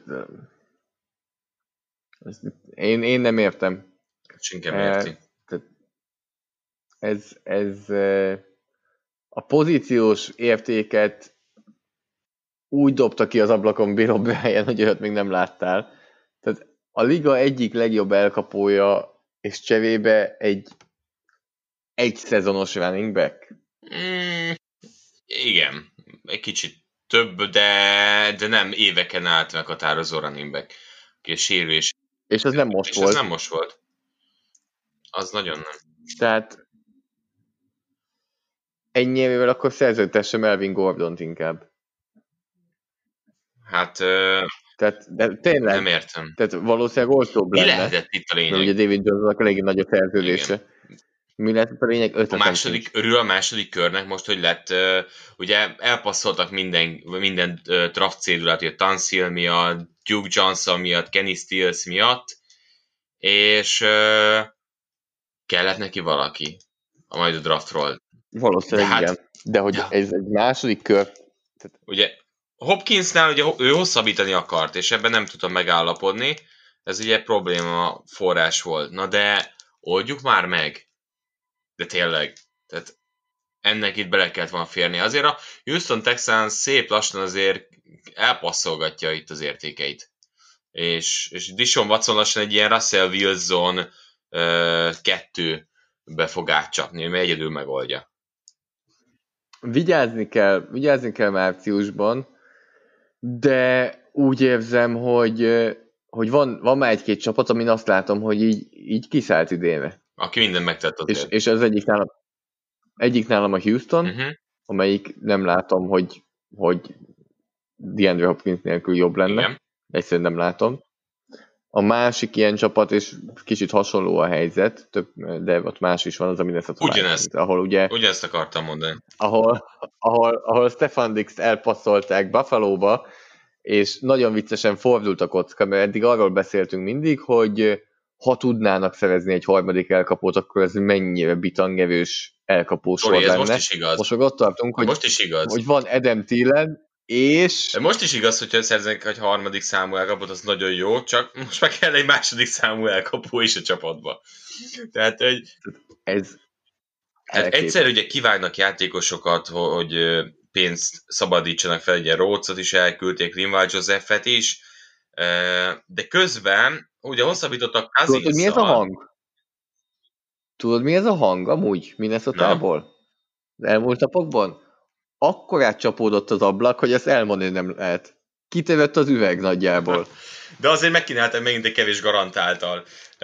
Speaker 5: ez, én, én nem értem.
Speaker 4: Senki nem érti.
Speaker 5: Tehát ez, ez a pozíciós értéket úgy dobta ki az ablakon Bill O'Brien, hogy olyat még nem láttál. Tehát a liga egyik legjobb elkapója, és cserébe egy egy szezonos running back.
Speaker 4: Mm, igen, egy kicsit több, de, de nem éveken át meghatározó running back. És sérülés.
Speaker 5: És az nem most
Speaker 4: és
Speaker 5: volt.
Speaker 4: az nem most volt. Az nagyon nem.
Speaker 5: Tehát ennyivel akkor szerződtesse Melvin Gordont inkább.
Speaker 4: Hát... Uh,
Speaker 5: tehát, de tényleg.
Speaker 4: Nem értem.
Speaker 5: Tehát valószínűleg olcsóbb lenne.
Speaker 4: Mi lehetett itt a lényeg?
Speaker 5: Mert ugye David Jonesnak elég nagy a szerződése. Igen. Mi lehetett a lényeg? Ötletem
Speaker 4: a második, örül a második körnek most, hogy lett, uh, ugye elpasszoltak minden, minden uh, draft cédulát, ugye Tansil miatt, Duke Johnson miatt, Kenny Stills miatt, és uh, kellett neki valaki a majd a draftról.
Speaker 5: Valószínűleg de igen. Hát, de hogy ja. ez egy második kör...
Speaker 4: Ugye Hopkinsnál ugye ő hosszabbítani akart, és ebben nem tudtam megállapodni, ez ugye probléma forrás volt. Na de oldjuk már meg. De tényleg, tehát ennek itt bele kellett volna férni. Azért a Houston Texans szép lassan azért elpasszolgatja itt az értékeit. És, és Dishon Watson lassan egy ilyen Russell Wilson uh, kettőbe fog átcsapni, mert egyedül megoldja.
Speaker 5: Vigyázni kell, vigyázni kell márciusban, de úgy érzem, hogy, hogy van, van már egy-két csapat, amin azt látom, hogy így, így kiszállt idénre.
Speaker 4: Aki minden megtett
Speaker 5: és, és az egyik nálam, egyik nálam a Houston, uh-huh. amelyik nem látom, hogy, hogy DeAndre Hopkins nélkül jobb lenne. Igen. Egyszerűen nem látom. A másik ilyen csapat, és kicsit hasonló a helyzet, több, de ott más is van, az a Minnesota
Speaker 4: Ugyanezt.
Speaker 5: Ahol ugye...
Speaker 4: Ugyanezt akartam mondani.
Speaker 5: Ahol, ahol, ahol Stefan Diggs-t elpasszolták Buffalo-ba, és nagyon viccesen fordult a kocka, mert eddig arról beszéltünk mindig, hogy ha tudnának szerezni egy harmadik elkapót, akkor ez mennyire bitangevős elkapó sor lenne.
Speaker 4: Most is igaz.
Speaker 5: Most ott tartunk, hogy,
Speaker 4: most is igaz.
Speaker 5: hogy van Adam Thielen, és...
Speaker 4: De most is igaz, hogyha szerznek egy harmadik számú elkapót, az nagyon jó, csak most meg kell egy második számú elkapó is a csapatba. Tehát, hogy...
Speaker 5: Ez...
Speaker 4: Hát egyszer ugye kivágnak játékosokat, hogy pénzt szabadítsanak fel, ugye Rhodesot is elküldték, Linval Josephet is, de közben ugye hosszabbítottak Cousinszal.
Speaker 5: Tudod, mi ez a hang? Tudod, mi ez a hang amúgy Minnesotából? Az elmúlt napokban? Akkorát csapódott az ablak, hogy ezt elmondani nem lehet. Kitevett az üveg nagyjából.
Speaker 4: De azért megkínáltam megint egy kevés garantáltal.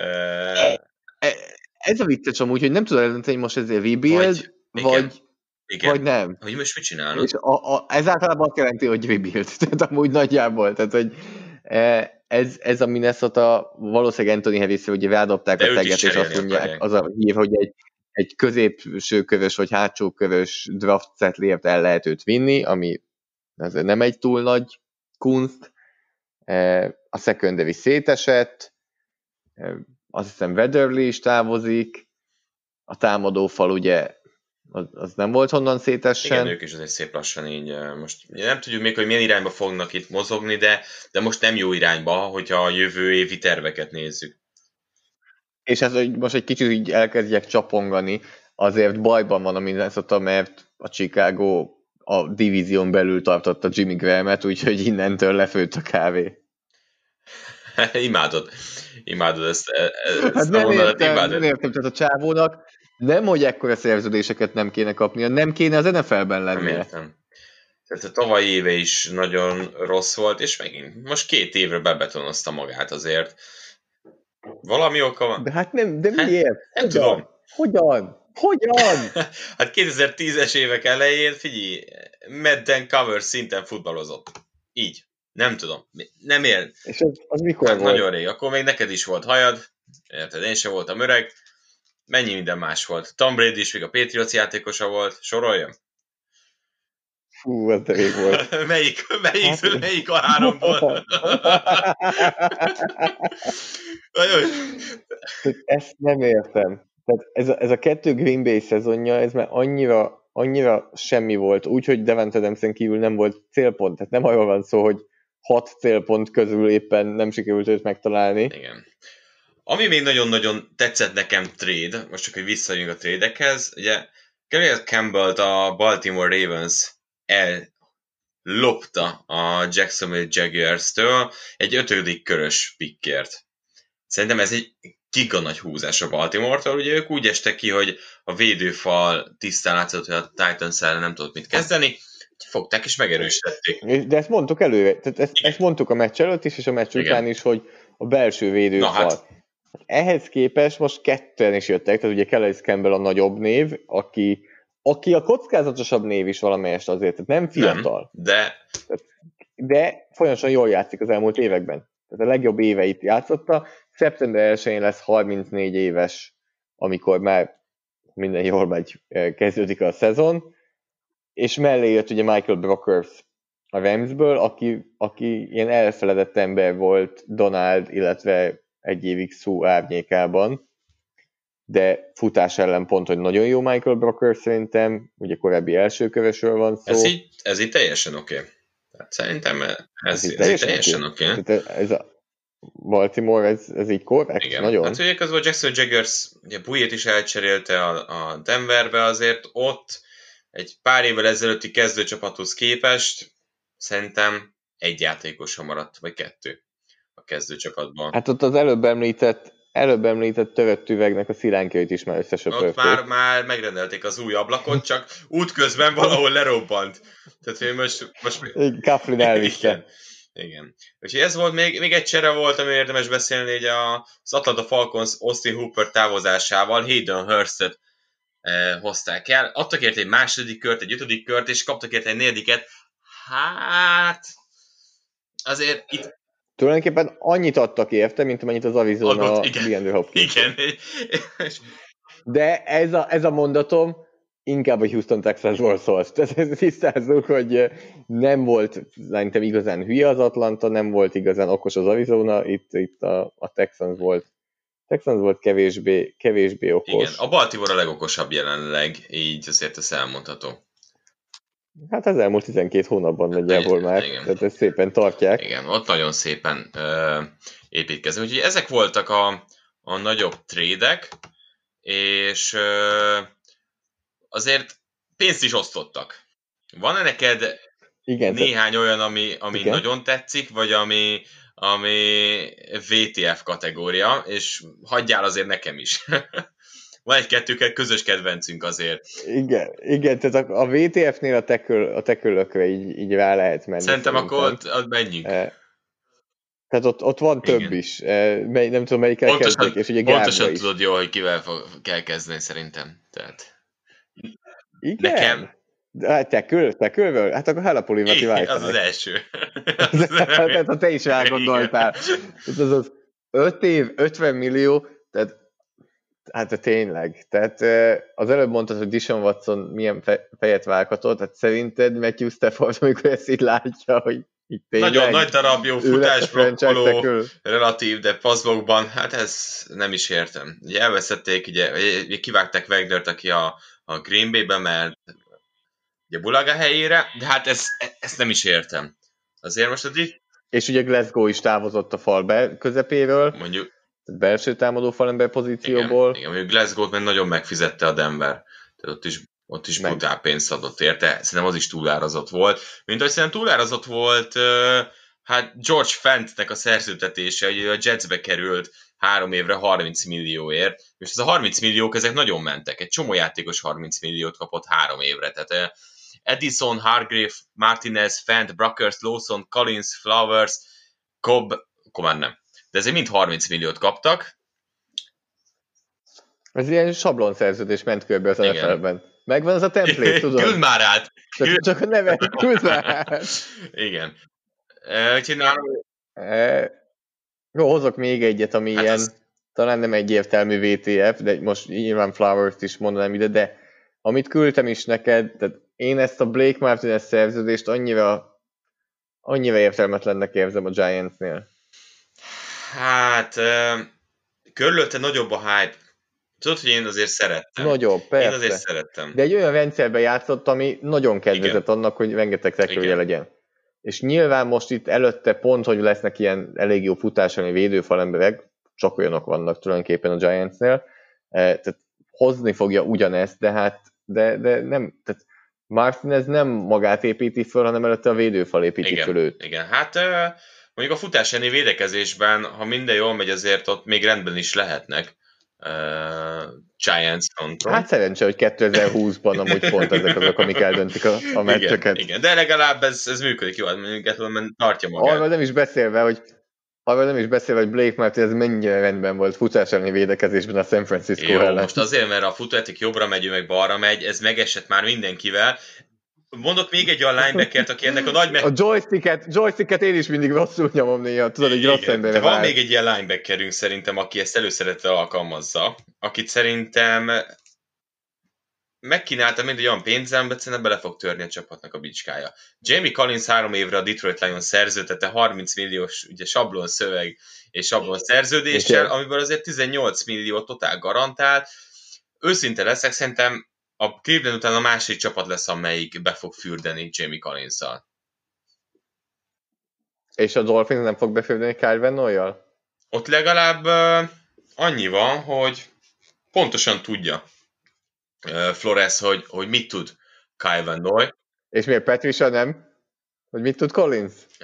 Speaker 5: Ez a vicces amúgy, hogy nem tudod eldönteni, most ez egy rebuild, vagy, vagy,
Speaker 4: igen.
Speaker 5: vagy nem.
Speaker 4: Hogy most mit csinálod?
Speaker 5: És a, a, ez általában azt jelenti, hogy rebuild. Tehát amúgy nagyjából. Tehát, hogy ez, ez a Minnesota valószínűleg Anthony Harris-re ugye rádobták de a teget, és azt mondják, az a hír, hogy egy, egy középső kövös, vagy hátsó kövös draft setléért el lehet őt vinni, ami azért nem egy túl nagy kunst. A secondary szétesett, azt hiszem Weatherly is távozik, a támadófal ugye az, az nem volt honnan szétessen.
Speaker 4: Igen, ők is azért szép lassan így, most nem tudjuk még, hogy milyen irányba fognak itt mozogni, de, de most nem jó irányba, hogyha a jövő évi terveket nézzük.
Speaker 5: És ez, hogy most egy kicsit így elkezdjek csapongani, azért bajban van a Minnesota, mert a Chicago a divízión belül tartotta Jimmy Graham-et, úgyhogy innentől lefőtt a kávé.
Speaker 4: Imádod. Imádod ezt, ezt
Speaker 5: hát nem
Speaker 4: a mondatot,
Speaker 5: értem,
Speaker 4: imádod.
Speaker 5: nem értem, tehát a csávónak nem, hogy ekkora szerződéseket nem kéne kapnia, nem kéne az en ef el-ben lennie.
Speaker 4: Nem értem. Tehát a tavalyi éve is nagyon rossz volt, és megint most két évre bebetonozta magát azért. Valami oka van?
Speaker 5: De hát nem, de miért?
Speaker 4: Nem
Speaker 5: Hogyan?
Speaker 4: tudom.
Speaker 5: Hogyan? Hogyan?
Speaker 4: Hát kétezer-tízes évek elején, figyelj, Madden cover szinten futballozott. Így. Nem tudom. Nem ér.
Speaker 5: És az, az mikor
Speaker 4: hát
Speaker 5: volt?
Speaker 4: nagyon rég. Akkor még neked is volt hajad. Érted? Én sem voltam öreg. Mennyi minden más volt. Tom Brady is még a Patriots játékosa volt. Soroljam?
Speaker 5: Fú, ez de rég volt.
Speaker 4: melyik, melyik, hát... melyik a háromból?
Speaker 5: Ezt nem értem. Tehát ez a, ez a kettő Green Bay szezonja, ez már annyira, annyira semmi volt, úgyhogy Devante Adamsen kívül nem volt célpont. Tehát nem arról van szó, hogy hat célpont közül éppen nem sikerült őt megtalálni.
Speaker 4: Igen. Ami még nagyon-nagyon tetszett nekem trade, most csak, hogy visszajönjünk a trade-ekhez, ugye Calais Campbell-t a Baltimore Ravens ellopta a Jacksonville Jaguars-től egy ötödik körös pickért. Szerintem ez egy giga nagy húzás a Baltimore-tól, ugye ők úgy estek ki, hogy a védőfal tisztán látszott, hogy a Titans ellen nem tudott mit kezdeni, fogták és megerősítették.
Speaker 5: De ezt mondtuk előre, tehát ezt, ezt mondtuk a meccs előtt is, és a meccs után is, hogy a belső védőfal. Hát. Ehhez képest most ketten is jöttek, tehát ugye Calais Campbell a nagyobb név, aki, aki a kockázatosabb név is valamelyest azért, tehát nem fiatal.
Speaker 4: Nem, de...
Speaker 5: De folyamatosan jól játszik az elmúlt években. Tehát a legjobb éveit játszotta. Szeptember elsején lesz harmincnégy éves, amikor már minden jól megy, kezdődik a szezon. És mellé jött ugye Michael Brockers a Ramsből, aki, aki ilyen elfeledett ember volt Donald, illetve egy évig Szú árnyékában, de futás ellen pont, hogy nagyon jó Michael Brockers szerintem, ugye korábbi elsőkövesről van szó.
Speaker 4: Ez így, ez így teljesen oké. Okay. Hát szerintem ez, ez, így, ez teljesen, teljesen oké. Okay.
Speaker 5: Okay. Ez a Baltimore, ez, ez így korrekt?
Speaker 4: Igen.
Speaker 5: Nagyon.
Speaker 4: Hát ugye közben a Jackson Jaguars, ugye Bujét is elcserélte a, a Denverbe, azért ott egy pár évvel ezelőtti kezdőcsapathoz képest szerintem egy játékosa maradt, vagy kettő a kezdőcsapatban.
Speaker 5: Hát ott az előbb említett, előbb említett törött üvegnek a szilánkjait is már összesöpörték.
Speaker 4: Ott már, már megrendelték az új ablakot, csak útközben valahol lerobbant. Tehát, hogy most... most...
Speaker 5: Coughlin elvitte.
Speaker 4: Igen. Igen. Úgyhogy ez volt, még, még egy csere volt, ami érdemes beszélni, hogy az Atlanta Falcons Austin Hooper távozásával Hayden Hurstet eh, hozták el. Adtak érte egy második kört, egy ötödik kört, és kaptak érte egy negyediket. Hát... Azért itt...
Speaker 5: Tulajdonképpen annyit adtak érte, mint amennyit az Arizona DeAndre Hopkins.
Speaker 4: Igen.
Speaker 5: De ez a, ez a mondatom inkább a Houston Texansból szólt. Tehát tisztázzuk, hogy nem volt szerintem igazán hülye az Atlanta, nem volt igazán okos az Arizona, itt, itt a, a Texans volt. Texans volt kevésbé, kevésbé okos.
Speaker 4: Igen, a Baltimore a legokosabb jelenleg, így azért ez elmondható.
Speaker 5: Hát az elmúlt tizenkét hónapban nagyjából már, igen. Tehát ezt szépen tartják.
Speaker 4: Igen, ott nagyon szépen ö, építkeznek. Úgyhogy ezek voltak a, a nagyobb trédek, és ö, azért pénzt is osztottak. Van-e neked igen, néhány olyan, ami, ami nagyon tetszik, vagy ami, ami vé té ef kategória, és hagyjál azért nekem is. Van egy-kettő közös kedvencünk azért.
Speaker 5: Igen, igen, tehát a, a vé té ef-nél a, tekül, a tekülökre így, így rá lehet menni.
Speaker 4: Szerintem, szerintem. akkor ott, ott menjünk.
Speaker 5: E, tehát ott, ott van több igen. is. E, mely, nem tudom, melyikkel kezdek, és ugye
Speaker 4: pontosan tudod jól, hogy kivel fog, kell kezdeni szerintem. Tehát...
Speaker 5: Igen?
Speaker 4: Nekem...
Speaker 5: Hát tekül, tekülből? Hát akkor Halapulimat
Speaker 4: váltanak. Az az első.
Speaker 5: Tehát ha te is rágondoltál. Az az öt év, ötven millió, tehát hát tényleg. Tehát az előbb mondtad, hogy Deshaun Watson milyen fejet vághatott, tehát szerinted Matthew Stafford, amikor ezt így látja, hogy itt tényleg...
Speaker 4: Nagyon nagy darab, jó futásblokkoló, relatív, de passzblokban, hát ez nem is értem. Ugye elveszették, ugye kivágták Wagnert, aki a, a Green Bay-be, mert ugye Bulaga helyére, de hát ezt, ezt nem is értem. Azért most a di-
Speaker 5: És ugye Glasgow is távozott a fal be közepéről,
Speaker 4: mondjuk,
Speaker 5: belső támadó falember
Speaker 4: igen,
Speaker 5: pozícióból.
Speaker 4: igen, mondjuk Glasgow-t meg nagyon megfizette a Denver. Tehát ott is, ott is
Speaker 5: Meg.
Speaker 4: brutál pénzt adott érte. Szerintem az is túlárazott volt. Mint ahogy szerintem túlárazott volt uh, hát George Fentnek a szerződtetése, hogy a Jetsbe került három évre harminc millióért, és ez a harminc milliók, ezek nagyon mentek. Egy csomó játékos harminc milliót kapott három évre. Tehát uh, Edison, Hargrave, Martinez, Fent, Bruckers, Lawson, Collins, Flowers, Cobb, akkor már nem. De ezért mind harminc milliót kaptak.
Speaker 5: Ez ilyen sablon szerződés ment körbe az en ef el-ben. Megvan az a template, tudod?
Speaker 4: Küld már át!
Speaker 5: Csak, csak a neve, küld már át.
Speaker 4: Igen. E, úgyhogy nálam...
Speaker 5: E, jó, hozok még egyet, ami
Speaker 4: Hát
Speaker 5: ilyen,
Speaker 4: az-
Speaker 5: talán nem egyértelmű vé té ef, de most nyilván Flowers-t is mondanám ide, de amit küldtem is neked, tehát én ezt a Blake Martinez szerződést annyira, annyira értelmetlennek érzem a Giantsnél.
Speaker 4: Hát... E, körülötte nagyobb a hype. Tudod, hogy én azért szerettem.
Speaker 5: Nagyobb, persze.
Speaker 4: Én azért szerettem.
Speaker 5: De egy olyan rendszerben játszott, ami nagyon kedvezett
Speaker 4: Igen.
Speaker 5: annak, hogy rengeteg tackle-je
Speaker 4: Igen.
Speaker 5: legyen. És nyilván most itt előtte pont, hogy lesznek ilyen elég jó futásani védőfalemberek, csak olyanok vannak tulajdonképpen a Giantsnél, tehát hozni fogja ugyanezt, de hát de, de nem, tehát Martinez nem magát építi föl, hanem előtte a védőfal építi
Speaker 4: Igen.
Speaker 5: föl őt.
Speaker 4: Igen. Hát e, mondjuk a futás elleni védekezésben, ha minden jól megy, azért ott még rendben is lehetnek uh, Giants fronton.
Speaker 5: Hát szerencsé, hogy kétezer-húszban amúgy pont ezek azok, amik eldöntik a, a meccseket.
Speaker 4: Igen, igen, de legalább ez, ez működik jó, mondjuk Gettleman tartja magát.
Speaker 5: Arról nem is beszélve, hogy arról nem is beszélve, hogy Blake Martinez mennyire rendben volt futás elleni védekezésben a San Francisco
Speaker 4: Jó,
Speaker 5: ellen.
Speaker 4: most azért, mert a futójáték jobbra megy, ő meg balra megy, ez megesett már mindenkivel. Mondok még egy olyan linebackert, aki ennek a nagy... Me-
Speaker 5: A joysticket, joysticket én is mindig rosszul nyomom néha, tudod, hogy rossz
Speaker 4: Igen,
Speaker 5: emberre
Speaker 4: de van
Speaker 5: vált.
Speaker 4: még egy ilyen linebackerünk szerintem, aki ezt előszerettel alkalmazza, akit szerintem megkínálta mind egy olyan pénzem, de szerintem bele fog törni a csapatnak a bicskája. Jamie Collins három évre a Detroit Lions szerződtette harminc milliós ugye, sablon szöveg és sablon szerződéssel,
Speaker 5: Igen.
Speaker 4: amiből azért tizennyolc millió totál garantált. Őszinte leszek, szerintem a Cleveland után a másik csapat lesz, amelyik be fog fürdeni Jamie Collins-szal.
Speaker 5: És a Dolphins nem fog befürdeni Kyle Van Noy-jal?
Speaker 4: Ott legalább uh, annyi van, hogy pontosan tudja uh, Flores, hogy, hogy mit tud Kyle Van Noy.
Speaker 5: És miért Patricia nem? Hogy mit tud Collins?
Speaker 4: Uh,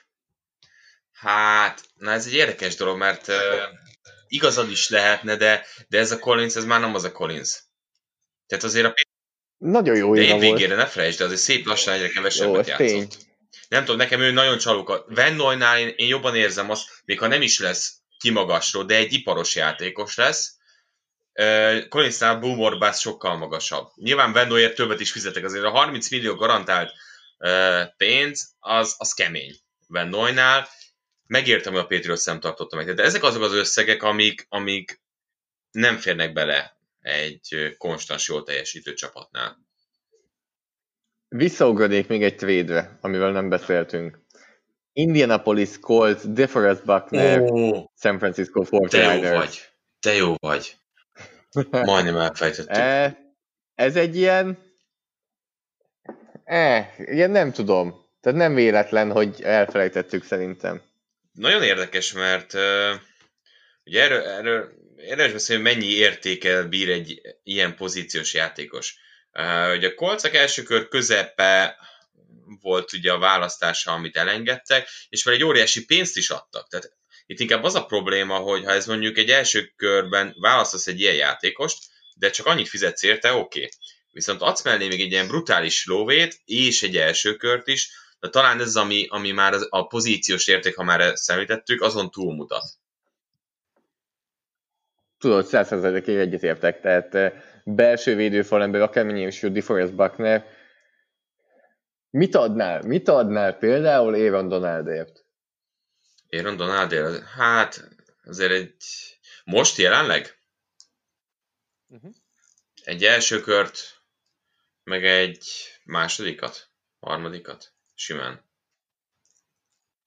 Speaker 4: hát, na ez egy érdekes dolog, mert uh, igazad is lehetne, de, de ez a Collins, ez már nem az a Collins. Tehát azért a
Speaker 5: Nagyon jó
Speaker 4: de
Speaker 5: éva
Speaker 4: év
Speaker 5: volt.
Speaker 4: végére ne felejtsd, de azért szép lassan egyre
Speaker 5: Jó,
Speaker 4: kevesebbet
Speaker 5: ez
Speaker 4: játszott.
Speaker 5: tény.
Speaker 4: Nem tudom, nekem ő nagyon csalókat. Van Noynál én, én jobban érzem azt, még ha nem is lesz kimagasról, de egy iparos játékos lesz. Uh, Collinsnál boom or bust sokkal magasabb. Nyilván Van Noyért többet is fizetek, azért a harminc millió garantált uh, pénz, az, az kemény Van Noynál. Megértem, hogy a Patriots nem tartotta meg. De ezek azok az összegek, amik, amik nem férnek bele egy konstans, jól teljesítő csapatnál.
Speaker 5: Visszaugranék még egy trade-re, amivel nem beszéltünk. Indianapolis Colts, DeForest Buckner,
Speaker 4: Ó,
Speaker 5: San Francisco
Speaker 4: te jó
Speaker 5: negyvenkilencesek.
Speaker 4: vagy. Te jó vagy. Majdnem elfejtettük.
Speaker 5: E, ez egy ilyen... E, ilyen nem tudom. Tehát nem véletlen, hogy elfelejtettük szerintem.
Speaker 4: Nagyon érdekes, mert uh, ugye erről, erről érdemes beszélni, hogy mennyi értékel bír egy ilyen pozíciós játékos. Uh, ugye a Colcak első kör közepe volt ugye a választása, amit elengedtek, és már egy óriási pénzt is adtak. Tehát itt inkább az a probléma, hogy ha ez mondjuk egy első körben választasz egy ilyen játékost, de csak annyit fizetsz érte, oké. Okay. Viszont adsz mellé még egy ilyen brutális lóvét, és egy első kört is, de talán ez, ami, ami már az, a pozíciós érték, ha már ezt említettük, azon túlmutat.
Speaker 5: Tudod, száz százalékig egyetértek, tehát eh, belső védőfalember, akármennyi is jó DeForest Buckner. Mit adnál? Mit adnál például Aaron Donaldért?
Speaker 4: Aaron Donald, hát azért egy... Most jelenleg?
Speaker 5: Uh-huh.
Speaker 4: Egy első kört, meg egy másodikat, harmadikat, simán.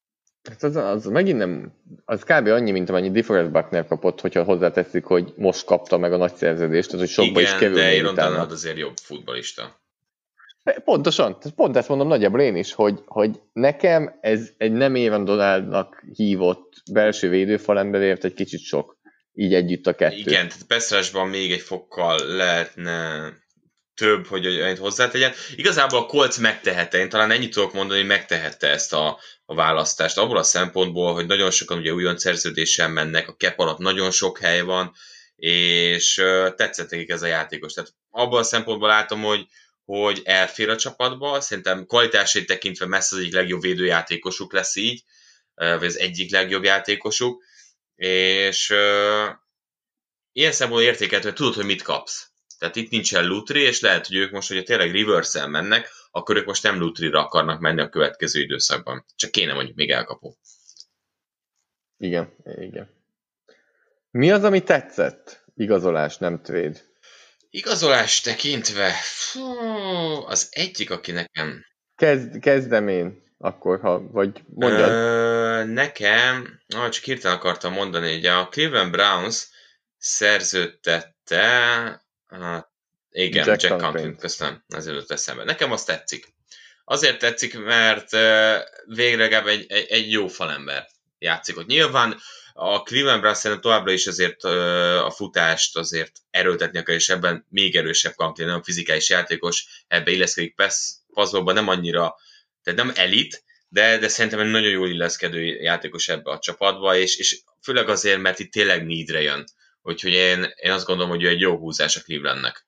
Speaker 5: Hát az, az megint nem, az kb. Annyi, mint amennyi DeForest Buckner kapott, hogyha hozzáteszik, hogy most kapta meg a nagy szerződést, az, hogy sokba is
Speaker 4: Igen,
Speaker 5: kerül
Speaker 4: de
Speaker 5: még
Speaker 4: Aaron
Speaker 5: utána.
Speaker 4: Donald azért jobb futballista.
Speaker 5: Pontosan, pont ezt mondom nagyjából én is, hogy, hogy nekem ez egy nem Aaron Donaldnak hívott belső védőfalemberért egy kicsit sok, így együtt a kettő.
Speaker 4: Igen, tehát Peszrásban még egy fokkal lehetne több, hogy ennyit hozzátegyen. Igazából a Colts megtehette, én talán ennyit tudok mondani, hogy megtehette ezt a, a választást. Abból a szempontból, hogy nagyon sokan ugye újon szerződéssel mennek, a cap alatt nagyon sok hely van, és uh, tetszett nekik ez a játékos. Tehát abból a szempontból látom, hogy, hogy elfér a csapatba, szerintem kvalitásait tekintve messze az egyik legjobb védőjátékosuk lesz így, uh, vagy az egyik legjobb játékosuk, és uh, ilyen szempontból értékelhető, hogy tudod, hogy mit kapsz. Tehát itt nincsen lutri, és lehet, hogy ők most, hogyha tényleg reverse-el mennek, akkor ők most nem lutrira akarnak menni a következő időszakban. Csak kéne mondjuk még elkapó.
Speaker 5: Igen, igen. Mi az, ami tetszett? Igazolás, nem trade.
Speaker 4: Igazolás tekintve, fú, az egyik, aki nekem...
Speaker 5: Kezd, kezdem én, akkor, ha, vagy mondjad.
Speaker 4: Ö, nekem, ah, csak hirtelen akartam mondani, hogy a Cleveland Browns szerződtette, ah, igen, Jack, Jack Conklin, köszönöm, ezért jött eszembe. Nekem azt tetszik. Azért tetszik, mert uh, végleg egy, egy, egy jó falember játszik ott. Nyilván a Cleveland Browns szerintem továbbra is azért uh, a futást azért erőltetni akar, és ebben még erősebb Conklin, nagyon fizikális játékos, ebbe illeszkedik passzolban, nem annyira, tehát nem elit, de, de szerintem egy nagyon jól illeszkedő játékos ebbe a csapatba, és, és főleg azért, mert itt tényleg needre jön. Úgyhogy én, én azt gondolom, hogy ő egy jó húzás a Clevelandnek.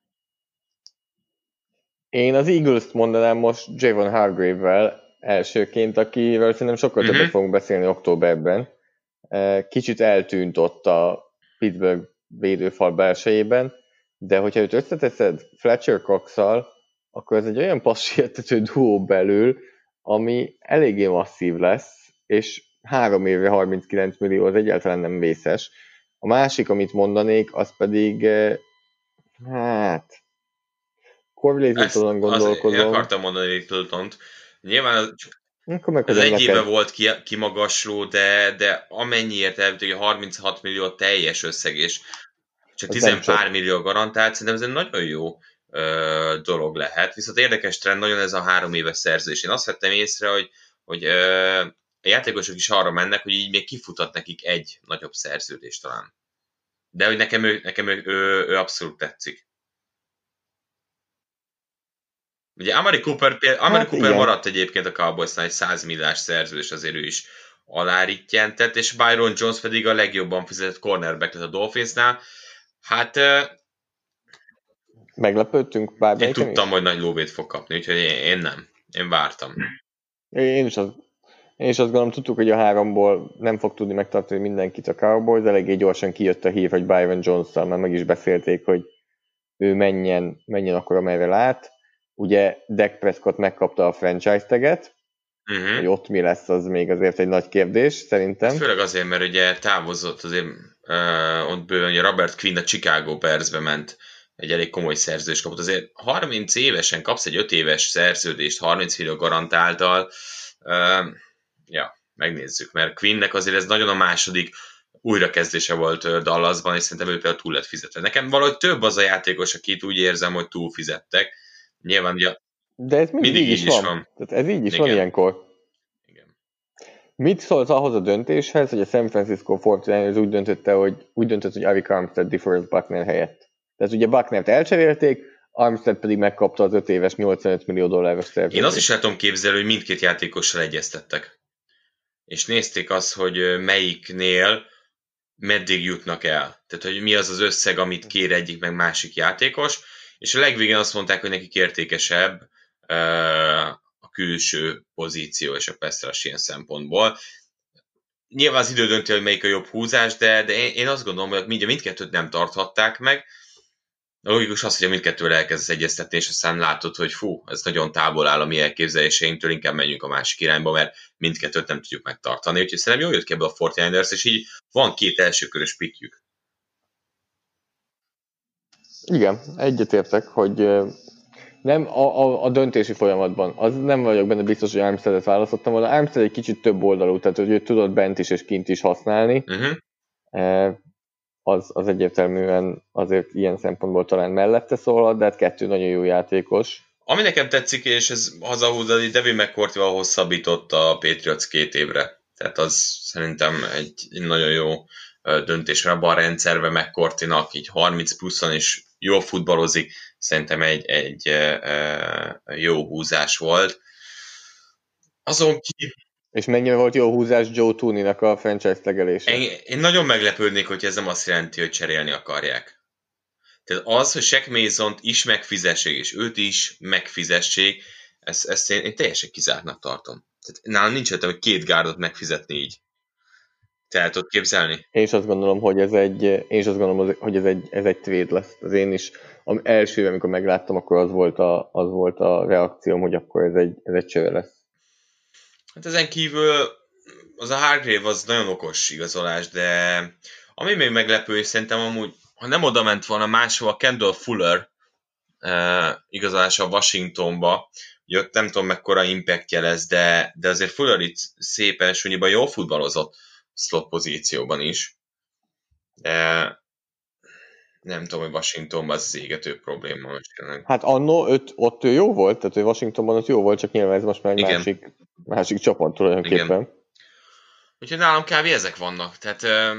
Speaker 5: Én az Eagles-t mondanám most Javon Hargrave-vel elsőként, akivel szerintem sokkal uh-huh. többet fogunk beszélni októberben. Kicsit eltűnt ott a Pittsburgh védőfal belsejében, de hogyha őt összeteszed Fletcher Cox-szal, akkor ez egy olyan passzsértető duó belül, ami eléggé masszív lesz, és három évre harminckilenc millió az egyáltalán nem vészes. A másik, amit mondanék, az pedig hát Corvlézőtől gondolkozom.
Speaker 4: Én akartam mondani Littletont. Nyilván az, az egy neked. Éve volt ki, kimagasló, de, de amennyiért elvitt, hogy a harminchat millió teljes összeg, és csak tíz pár millió garantált, szerintem ez egy nagyon jó ö, dolog lehet. Viszont érdekes trend nagyon ez a három éves szerződés. Én azt vettem észre, hogy, hogy ö, a játékosok is arra mennek, hogy így még kifutat nekik egy nagyobb szerződést talán. De hogy nekem ő, nekem ő, ő, ő abszolút tetszik. Ugye Amari Cooper, Amari hát Cooper maradt egyébként a Cowboysnál egy száz milliós szerződés, azért ő is alárítjentett, és Byron Jones pedig a legjobban fizetett cornerback lett a Dolphinsnál. Hát...
Speaker 5: Meglepődtünk bármelyiken
Speaker 4: Én tudtam, is? Hogy nagy lóvét fog kapni, úgyhogy én, én nem. Én vártam.
Speaker 5: Én is, az, én is azt gondolom, tudtuk, hogy a háromból nem fog tudni megtartani mindenkit a Cowboys, eléggé gyorsan kijött a hír, hogy Byron Jones-szal, mert meg is beszélték, hogy ő menjen, menjen akkor, amerre lát. Ugye Dak Prescott megkapta a franchise taget, uh-huh. hogy ott mi lesz, az még azért egy nagy kérdés, szerintem.
Speaker 4: Főleg azért, mert ugye távozott azért uh, ott bőven, hogy Robert Quinn a Chicago Bearsbe ment, egy elég komoly szerződést kapott. Azért harminc évesen kapsz egy öt éves szerződést, harminc millió garantáltal. Uh, ja, megnézzük, mert Quinnnek azért ez nagyon a második újrakezdése volt Dallasban, és szerintem ő például túl lett fizetve. Nekem valahogy több az a játékos, akit úgy érzem, hogy túl fizettek. Nyilván, ugye,
Speaker 5: de ez mindig, mindig így is van. van. Tehát ez így is Igen. van ilyenkor. Igen. Mit szólsz ahhoz a döntéshez, hogy a San Francisco negyvenkilencesek úgy döntötte, hogy úgy döntött, hogy Arik Armstead DeForest Buckner helyett. Tehát ugye Bucknert elcserélték, Armstead pedig megkapta az öt éves nyolcvanöt millió dolláros szerződést.
Speaker 4: Én azt is látom képzelni, hogy mindkét játékossal egyeztettek. És nézték azt, hogy melyiknél meddig jutnak el. Tehát, hogy mi az az összeg, amit kér egyik meg másik játékos, és a legvégén azt mondták, hogy nekik értékesebb uh, a külső pozíció és a pass rush ilyen szempontból. Nyilván az idő dönti, hogy melyik a jobb húzás, de, de én, én azt gondolom, hogy mind, mindkettőt nem tarthatták meg. A logikus az, hogy mindkettővel elkezdesz egyeztetni, és aztán látod, hogy fú, ez nagyon távol áll a mi elképzeléseinktől, inkább menjünk a másik irányba, mert mindkettőt nem tudjuk megtartani. Úgyhogy szerintem jól jött ki ebből a negyvenkilencesek, és így van két elsőkörös pickjük.
Speaker 5: Igen, egyetértek, hogy Nem, a, a, a döntési folyamatban. Az nem vagyok benne biztos, hogy Armsteadet választottam volna. Armstead egy kicsit több oldalú, tehát hogy ő tudott bent is és kint is használni.
Speaker 4: Uh-huh.
Speaker 5: Az, az egyértelműen azért ilyen szempontból talán mellette szólhat, de hát kettő nagyon jó játékos.
Speaker 4: Ami nekem tetszik, és ez hazahúzani, Devin McCourty-val hosszabbított a Patriots két évre. Tehát az szerintem egy, egy nagyon jó döntés, mert abban a rendszerben McCourty-nak így harminc pluszon is jól futballozik, szerintem egy, egy e, jó húzás volt. Azon ki...
Speaker 5: És mennyire volt jó húzás Joe Tooney-nak a franchise legelése?
Speaker 4: Én, én nagyon meglepődnék, hogy ez nem azt jelenti, hogy cserélni akarják. Tehát az, hogy Shaq Masont is megfizessék, és őt is megfizessék, ezt, ezt én, én teljesen kizártnak tartom. Tehát nálam nincs ötlet, hogy két gárdot megfizetni így. Te el tudod képzelni?
Speaker 5: Én is azt gondolom, hogy ez egy, én is azt gondolom, hogy ez egy, ez egy trade lesz. Az én is az első, amikor megláttam, akkor az volt a, az volt a reakcióm, hogy akkor ez egy, ez egy csere lesz.
Speaker 4: Hát ezen kívül az a Hargrave az nagyon okos igazolás, de ami még meglepő, és szerintem amúgy, ha nem oda ment volna máshova, Kendall Fuller uh, igazolása Washingtonba, hogy ott nem tudom mekkora impactje lesz, de, de azért Fuller itt szépen sunyiban jól futballozott slot pozícióban is. De nem tudom, hogy Washingtonban az égető probléma most.
Speaker 5: Hát annó öt, ott ő jó volt, tehát hogy Washingtonban ott jó volt, csak nyilván ez most már egy
Speaker 4: Igen.
Speaker 5: másik, másik csapat tulajdonképpen.
Speaker 4: Igen. Úgyhogy nálam kb. Ezek vannak. Tehát eh,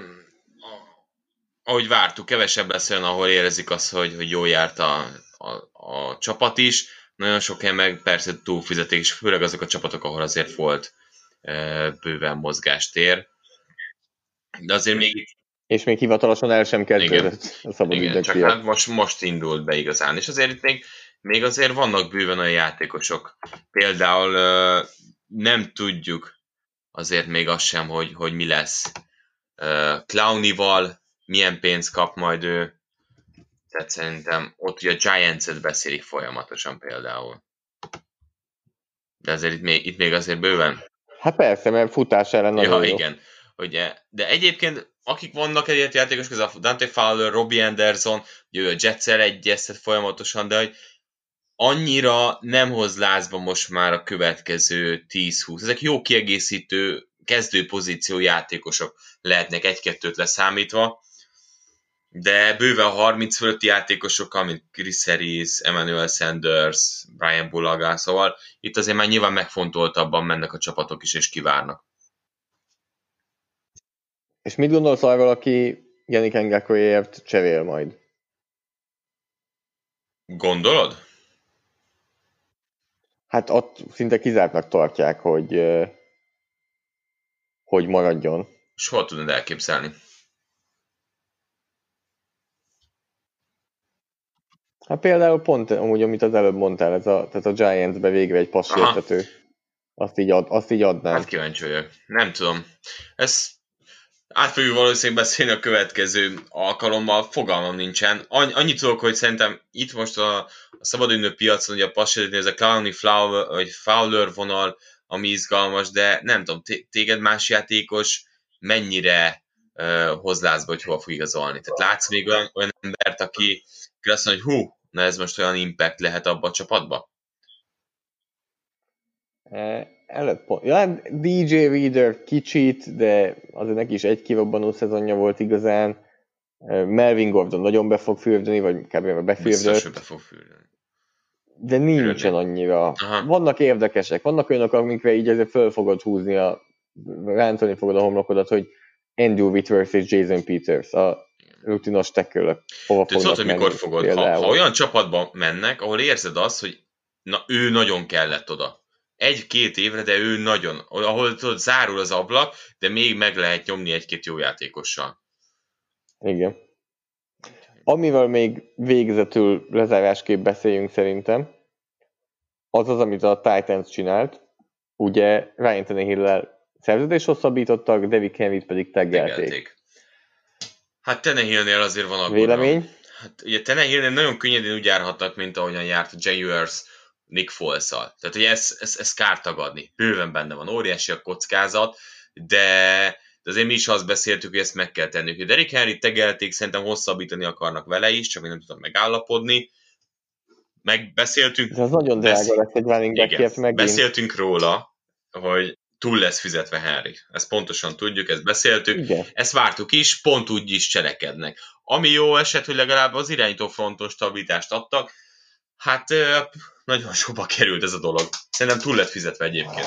Speaker 4: ahogy vártuk, kevesebb lesz olyan, ahol érezik azt, hogy, hogy jól járt a, a, a csapat is. Nagyon sok helyen meg persze túlfizeték, és főleg azok a csapatok, ahol azért volt eh, bőven mozgástér. De azért még
Speaker 5: És még hivatalosan el sem kezdődött a szabad
Speaker 4: igen, csak hát most, most indult be igazán. És azért itt még, még azért vannak bőven olyan játékosok. Például uh, nem tudjuk azért még azt sem, hogy, hogy mi lesz uh, Clownival, milyen pénzt kap majd ő. Tehát szerintem ott ugye a Giants-et beszélik folyamatosan például. De azért itt még, itt még azért bőven.
Speaker 5: Hát persze, mert futás ellen nagyon
Speaker 4: ja,
Speaker 5: jó.
Speaker 4: igen. Ugye, de egyébként akik vannak egyet játékosok, ez a Dante Fowler, Robbie Anderson, ugye ő a Jets-el egyeztet folyamatosan, de hogy annyira nem hoz lázba most már a következő tíz-húsz. Ezek jó kiegészítő, kezdő pozíció játékosok lehetnek egy-kettőt leszámítva, de bőven harminc fölötti játékosok, mint Chris Harris, Emmanuel Sanders, Brian Bulaga, szóval itt azért már nyilván megfontoltabban mennek a csapatok is, és kivárnak.
Speaker 5: És mit gondolsz arról, aki Yannick Ngakouéért cserél majd?
Speaker 4: Gondolod?
Speaker 5: Hát ott szinte kizártnak tartják, hogy, hogy maradjon.
Speaker 4: És hol tudod elképzelni?
Speaker 5: Hát például pont amúgy, amit az előbb mondtál, ez a, tehát a Giants-be végre egy passzértető. Azt így, ad, azt így adnám.
Speaker 4: Hát kíváncsi vagyok. Nem tudom. Ezt át fogjuk valószínűleg beszélni a következő alkalommal, fogalmam nincsen. Annyit tudok, hogy szerintem itt most a, a szabadügynő piacon, ugye a passzértető, ez a Clowney Flower, vagy Fowler vonal, ami izgalmas, de nem tudom, téged más játékos mennyire uh, hoz lázba, hogy hova fog igazolni. Tehát látsz még olyan, olyan embert, aki azt mondja, hogy hú, na ez most olyan impact lehet abba a csapatba?
Speaker 5: Előtt pont. Ja, dé jé Reader kicsit, de azért neki is egy kirobbanó szezonja volt igazán. Melvin Gordon nagyon be fog fürdeni, vagy kb. Befürdött.
Speaker 4: Biztos, hogy be fog fürdeni.
Speaker 5: De nincsen annyira. Aha. Vannak érdekesek, vannak olyanok, amikre így ezért föl fogod húzni, a, rántani fogod a homlokodat, hogy Andrew Whitworth és Jason Peters, a rutinos tackle-ök hova
Speaker 4: fognak
Speaker 5: tudod,
Speaker 4: menni. Mikor fogod? Ha, ha olyan csapatba mennek, ahol érzed azt, hogy na, ő nagyon kellett oda. Egy-két évre, de ő nagyon, ahol tudod, zárul az ablak, de még meg lehet nyomni egy-két jó játékossal.
Speaker 5: Igen. Amivel még végezetül lezárásképp beszéljünk szerintem, az az, amit a Titans csinált. Ugye Ryan Tannehill-lel szerződést hosszabbítottak, Derrick Henryt pedig taggelték.
Speaker 4: Hát Tannehillnél azért van aggódom.
Speaker 5: Vélemény?
Speaker 4: Hát ugye Tannehillnél nagyon könnyedén úgy járhatnak, mint ahogyan járt a Jaguars Nick Foles-szal. Tehát ugye ez, ez, ez kár tagadni. Bőven benne van, óriási a kockázat, de, de azért mi is azt beszéltük, hogy ezt meg kell tennünk. Hogy Derrick Henryt tegelték, szerintem hosszabbítani akarnak vele is, csak még nem tudnak megállapodni. megbeszéltünk.
Speaker 5: Ez nagyon drága
Speaker 4: beszél...
Speaker 5: lesz egy running backért megint.
Speaker 4: Beszéltünk róla, hogy túl lesz fizetve Henry. Ezt pontosan tudjuk, ezt beszéltük.
Speaker 5: Igen.
Speaker 4: Ezt vártuk is, pont úgy is cselekednek. Ami jó eset, hogy legalább az irányító fronton stabilitást adtak. Hát nagyon sokba került ez a dolog. Szerintem túl lett fizetve egyébként.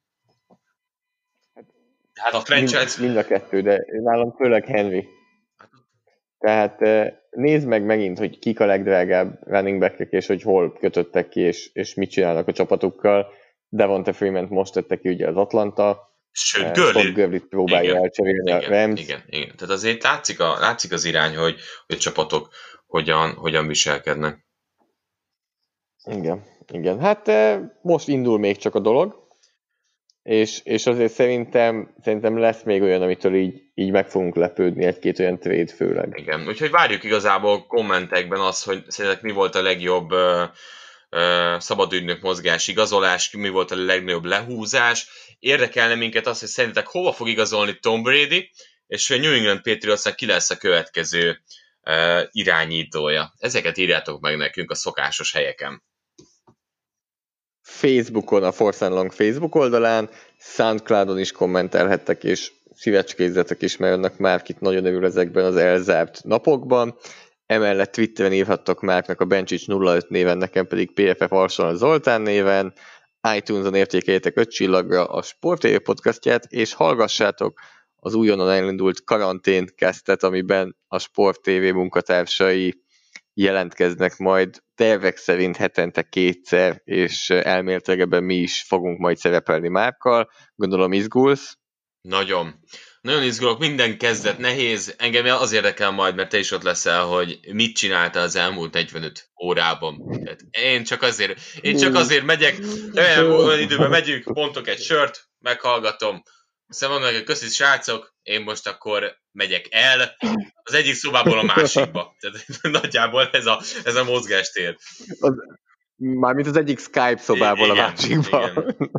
Speaker 4: Hát a franchise...
Speaker 5: Mind, mind a kettő, de nálam főleg Henry. Tehát nézd meg megint, hogy kik a legdrágább running back-ek, és hogy hol kötöttek ki, és, és mit csinálnak a csapatukkal. Devonta Freeman most tette ki ugye az Atlanta.
Speaker 4: Sőt, Gurley
Speaker 5: próbálja igen, elcserélni
Speaker 4: igen,
Speaker 5: a Rams.
Speaker 4: Igen, igen. Tehát azért látszik, a, látszik az irány, hogy, hogy a csapatok hogyan, hogyan viselkednek.
Speaker 5: Igen, igen. Hát most indul még csak a dolog, és, és azért szerintem, szerintem lesz még olyan, amitől így, így meg fogunk lepődni, egy-két olyan trade főleg.
Speaker 4: Igen, úgyhogy várjuk igazából kommentekben azt, hogy szerintek mi volt a legjobb uh, uh, szabadügynök mozgás igazolás, mi volt a legnagyobb lehúzás. Érdekelne minket az, hogy szerintetek hova fog igazolni Tom Brady, és hogy New England Patriotsnak ki lesz a következő uh, irányítója. Ezeket írjátok meg nekünk a szokásos helyeken.
Speaker 5: Facebookon, a Force and Long Facebook oldalán, Soundcloudon is kommentelhettek, és szívecskézzetek is, mert önnek Márk itt nagyon örül ezekben az elzárt napokban. Emellett Twitteren írhattok Márknak a Bencsics nulla öt néven, nekem pedig pé ef ef Arsenal Zoltán néven, iTunes-on értékeljétek öt csillagra a Sport té vé podcastját, és hallgassátok az újonnan elindult karantén kezdet, amiben a Sport té vé munkatársai jelentkeznek majd tervek szerint hetente kétszer, és elméletileg ebben mi is fogunk majd szerepelni Márkkal. Gondolom izgulsz?
Speaker 4: Nagyon. Nagyon izgulok, minden kezdet nehéz. Engem az érdekel majd, mert te is ott leszel, hogy mit csináltál az elmúlt negyvenöt órában. Tehát én csak azért, én csak azért megyek, olyan időben megyünk, pontok egy sört, meghallgatom, aztán mondom, hogy köszi srácok, én most akkor megyek el az egyik szobából a másikba. Tehát nagyjából ez a, ez a mozgástér.
Speaker 5: Az, mármint az egyik Skype szobából igen, a másikba. Igen.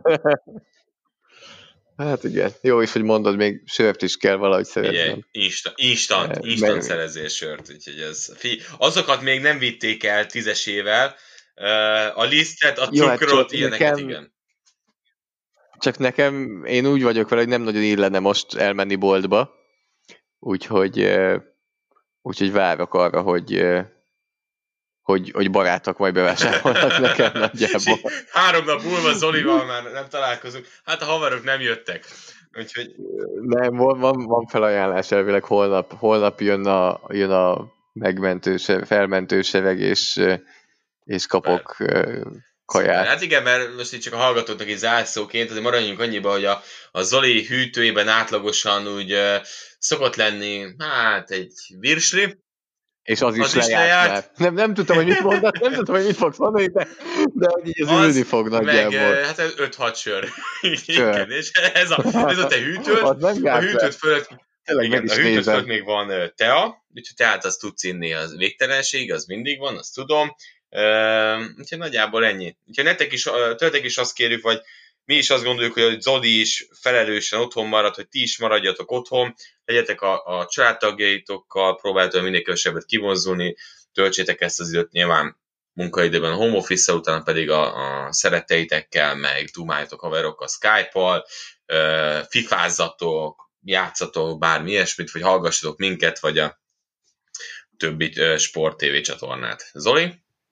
Speaker 5: Hát igen, jó is, hogy mondod, még sört is kell valahogy szereznem.
Speaker 4: Instant, instant, instant Meg... szerezés sört, úgyhogy ez... Fi, azokat még nem vitték el tízesével, a lisztet, a cukrot, jó, ilyeneket, nekem... igen.
Speaker 5: Csak nekem, én úgy vagyok vele, hogy nem nagyon illene most elmenni boltba, úgyhogy, úgyhogy várok arra, hogy, hogy, hogy barátok majd bevásárolnak nekem nagyjából.
Speaker 4: Három nap múlva Zolival már nem találkozunk, hát a haverok nem jöttek. Úgyhogy...
Speaker 5: Nem, van, van, van felajánlás elvileg, holnap, holnap jön a, jön a megmentő, felmentő seveg, és, és kapok... Be. Kaját.
Speaker 4: Hát igen, mert most itt csak a hallgatóknak így zárszóként, azért maradjunk annyiba, hogy a, a Zoli hűtőjében átlagosan úgy uh, szokott lenni, hát egy virsli.
Speaker 5: És az, az is, is lejárt. Nem, nem tudtam, hogy mit mondasz, nem tudtam, hogy mit fogsz mondani, de, de hogy így az, az ülni fog nagyjából.
Speaker 4: Meg, hát ez öt-hat sör. Igen, és ez a, ez a te hűtőd, a hűtőd fölött, igen, a hűtőd fölött még van tea, úgyhogy teát azt tudsz inni az végtelenség, az mindig van, azt tudom. Uh, úgyhogy nagyjából ennyi. Úgyhogy nektek is, tőletek is azt kérjük, vagy mi is azt gondoljuk, hogy Zoli is felelősen otthon marad, hogy ti is maradjatok otthon, legyetek a, a családtagjaitokkal, próbáljátok minél kevesebbet kivonzulni, töltsétek ezt az időt nyilván munkaidőben a home office-szal, utána pedig a, a szeretteitekkel, meg dumáljatok haverokkal Skype-al, uh, fifázzatok, játszatok, bármi ilyesmit, vagy hallgassatok minket, vagy a többi uh, Sport té vé csatornát. Zoli?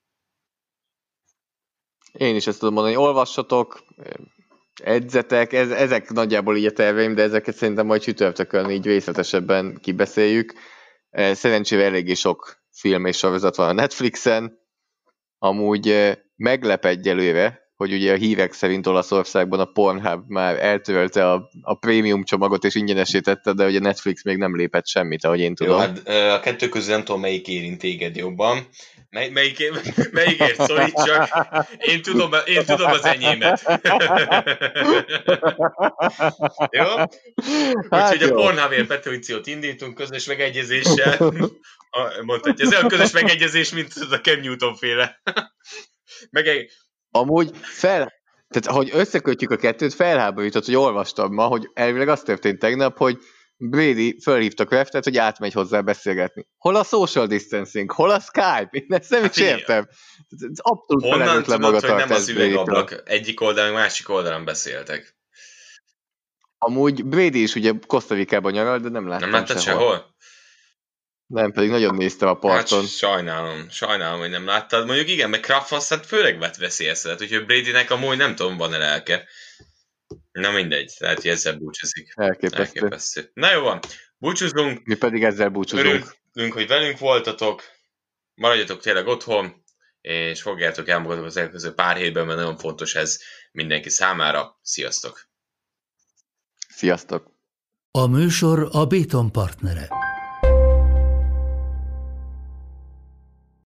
Speaker 5: Én is ezt tudom mondani, olvassatok, edzetek, ez, ezek nagyjából így a terveim, de ezeket szerintem majd csütörtökön így részletesebben kibeszéljük. Szerencsére eléggé sok film és sorozat van a Netflixen, amúgy meglep egyelőre, hogy ugye a hírek szerint Olaszországban a Pornhub már eltörölte a, a prémium csomagot és ingyenesítette, de ugye Netflix még nem lépett semmit, ahogy én tudom.
Speaker 4: Jó, hát a kettő közül nem tudom, melyik érint téged jobban. Mely, melyik, melyikért szorít csak? Én tudom, én tudom az enyémet. Jó? Hát úgyhogy jó. A Pornhubért petíciót indítunk közös megegyezéssel. Mondhatja, ez olyan közös megegyezés, mint a Cam Newton féle. Meg...
Speaker 5: Amúgy fel, tehát hogy összekötjük a kettőt, felháborított, hogy olvastam ma, hogy elvileg az történt tegnap, hogy Brady fölhívta Kraftet, hogy átmegy hozzá beszélgetni. Hol a social distancing? Hol a Skype? Én ezt nem
Speaker 4: Hát
Speaker 5: is értem. Ez abszolút
Speaker 4: honnan
Speaker 5: felelőtlen
Speaker 4: tudod, hogy nem
Speaker 5: magatartás
Speaker 4: az üvegablak
Speaker 5: Bradytől.
Speaker 4: egyik oldalon, másik oldalon beszéltek?
Speaker 5: Amúgy Brady is ugye Costa Ricában nyaral, de nem láttam
Speaker 4: Nem láttad
Speaker 5: sehol.
Speaker 4: sehol?
Speaker 5: Nem, pedig nagyon néztem a parton.
Speaker 4: Hát sajnálom, sajnálom, hogy nem láttad. Mondjuk igen, meg Kraft aztán főleg vett veszélyeztetett, úgyhogy Bradynek amúgy nem tudom, van-e lelke. Na mindegy, lehet, hogy ezzel búcsúzik.
Speaker 5: Elképesztő.
Speaker 4: Elképesztő. Na jó van, búcsúzunk.
Speaker 5: Mi pedig ezzel búcsúzunk.
Speaker 4: Örülünk, hogy velünk voltatok. Maradjatok tényleg otthon, és fogjátok el magatokat az elkövetkező pár hétben, mert nagyon fontos ez mindenki számára. Sziasztok!
Speaker 5: Sziasztok!
Speaker 1: A műsor a Béton partnere.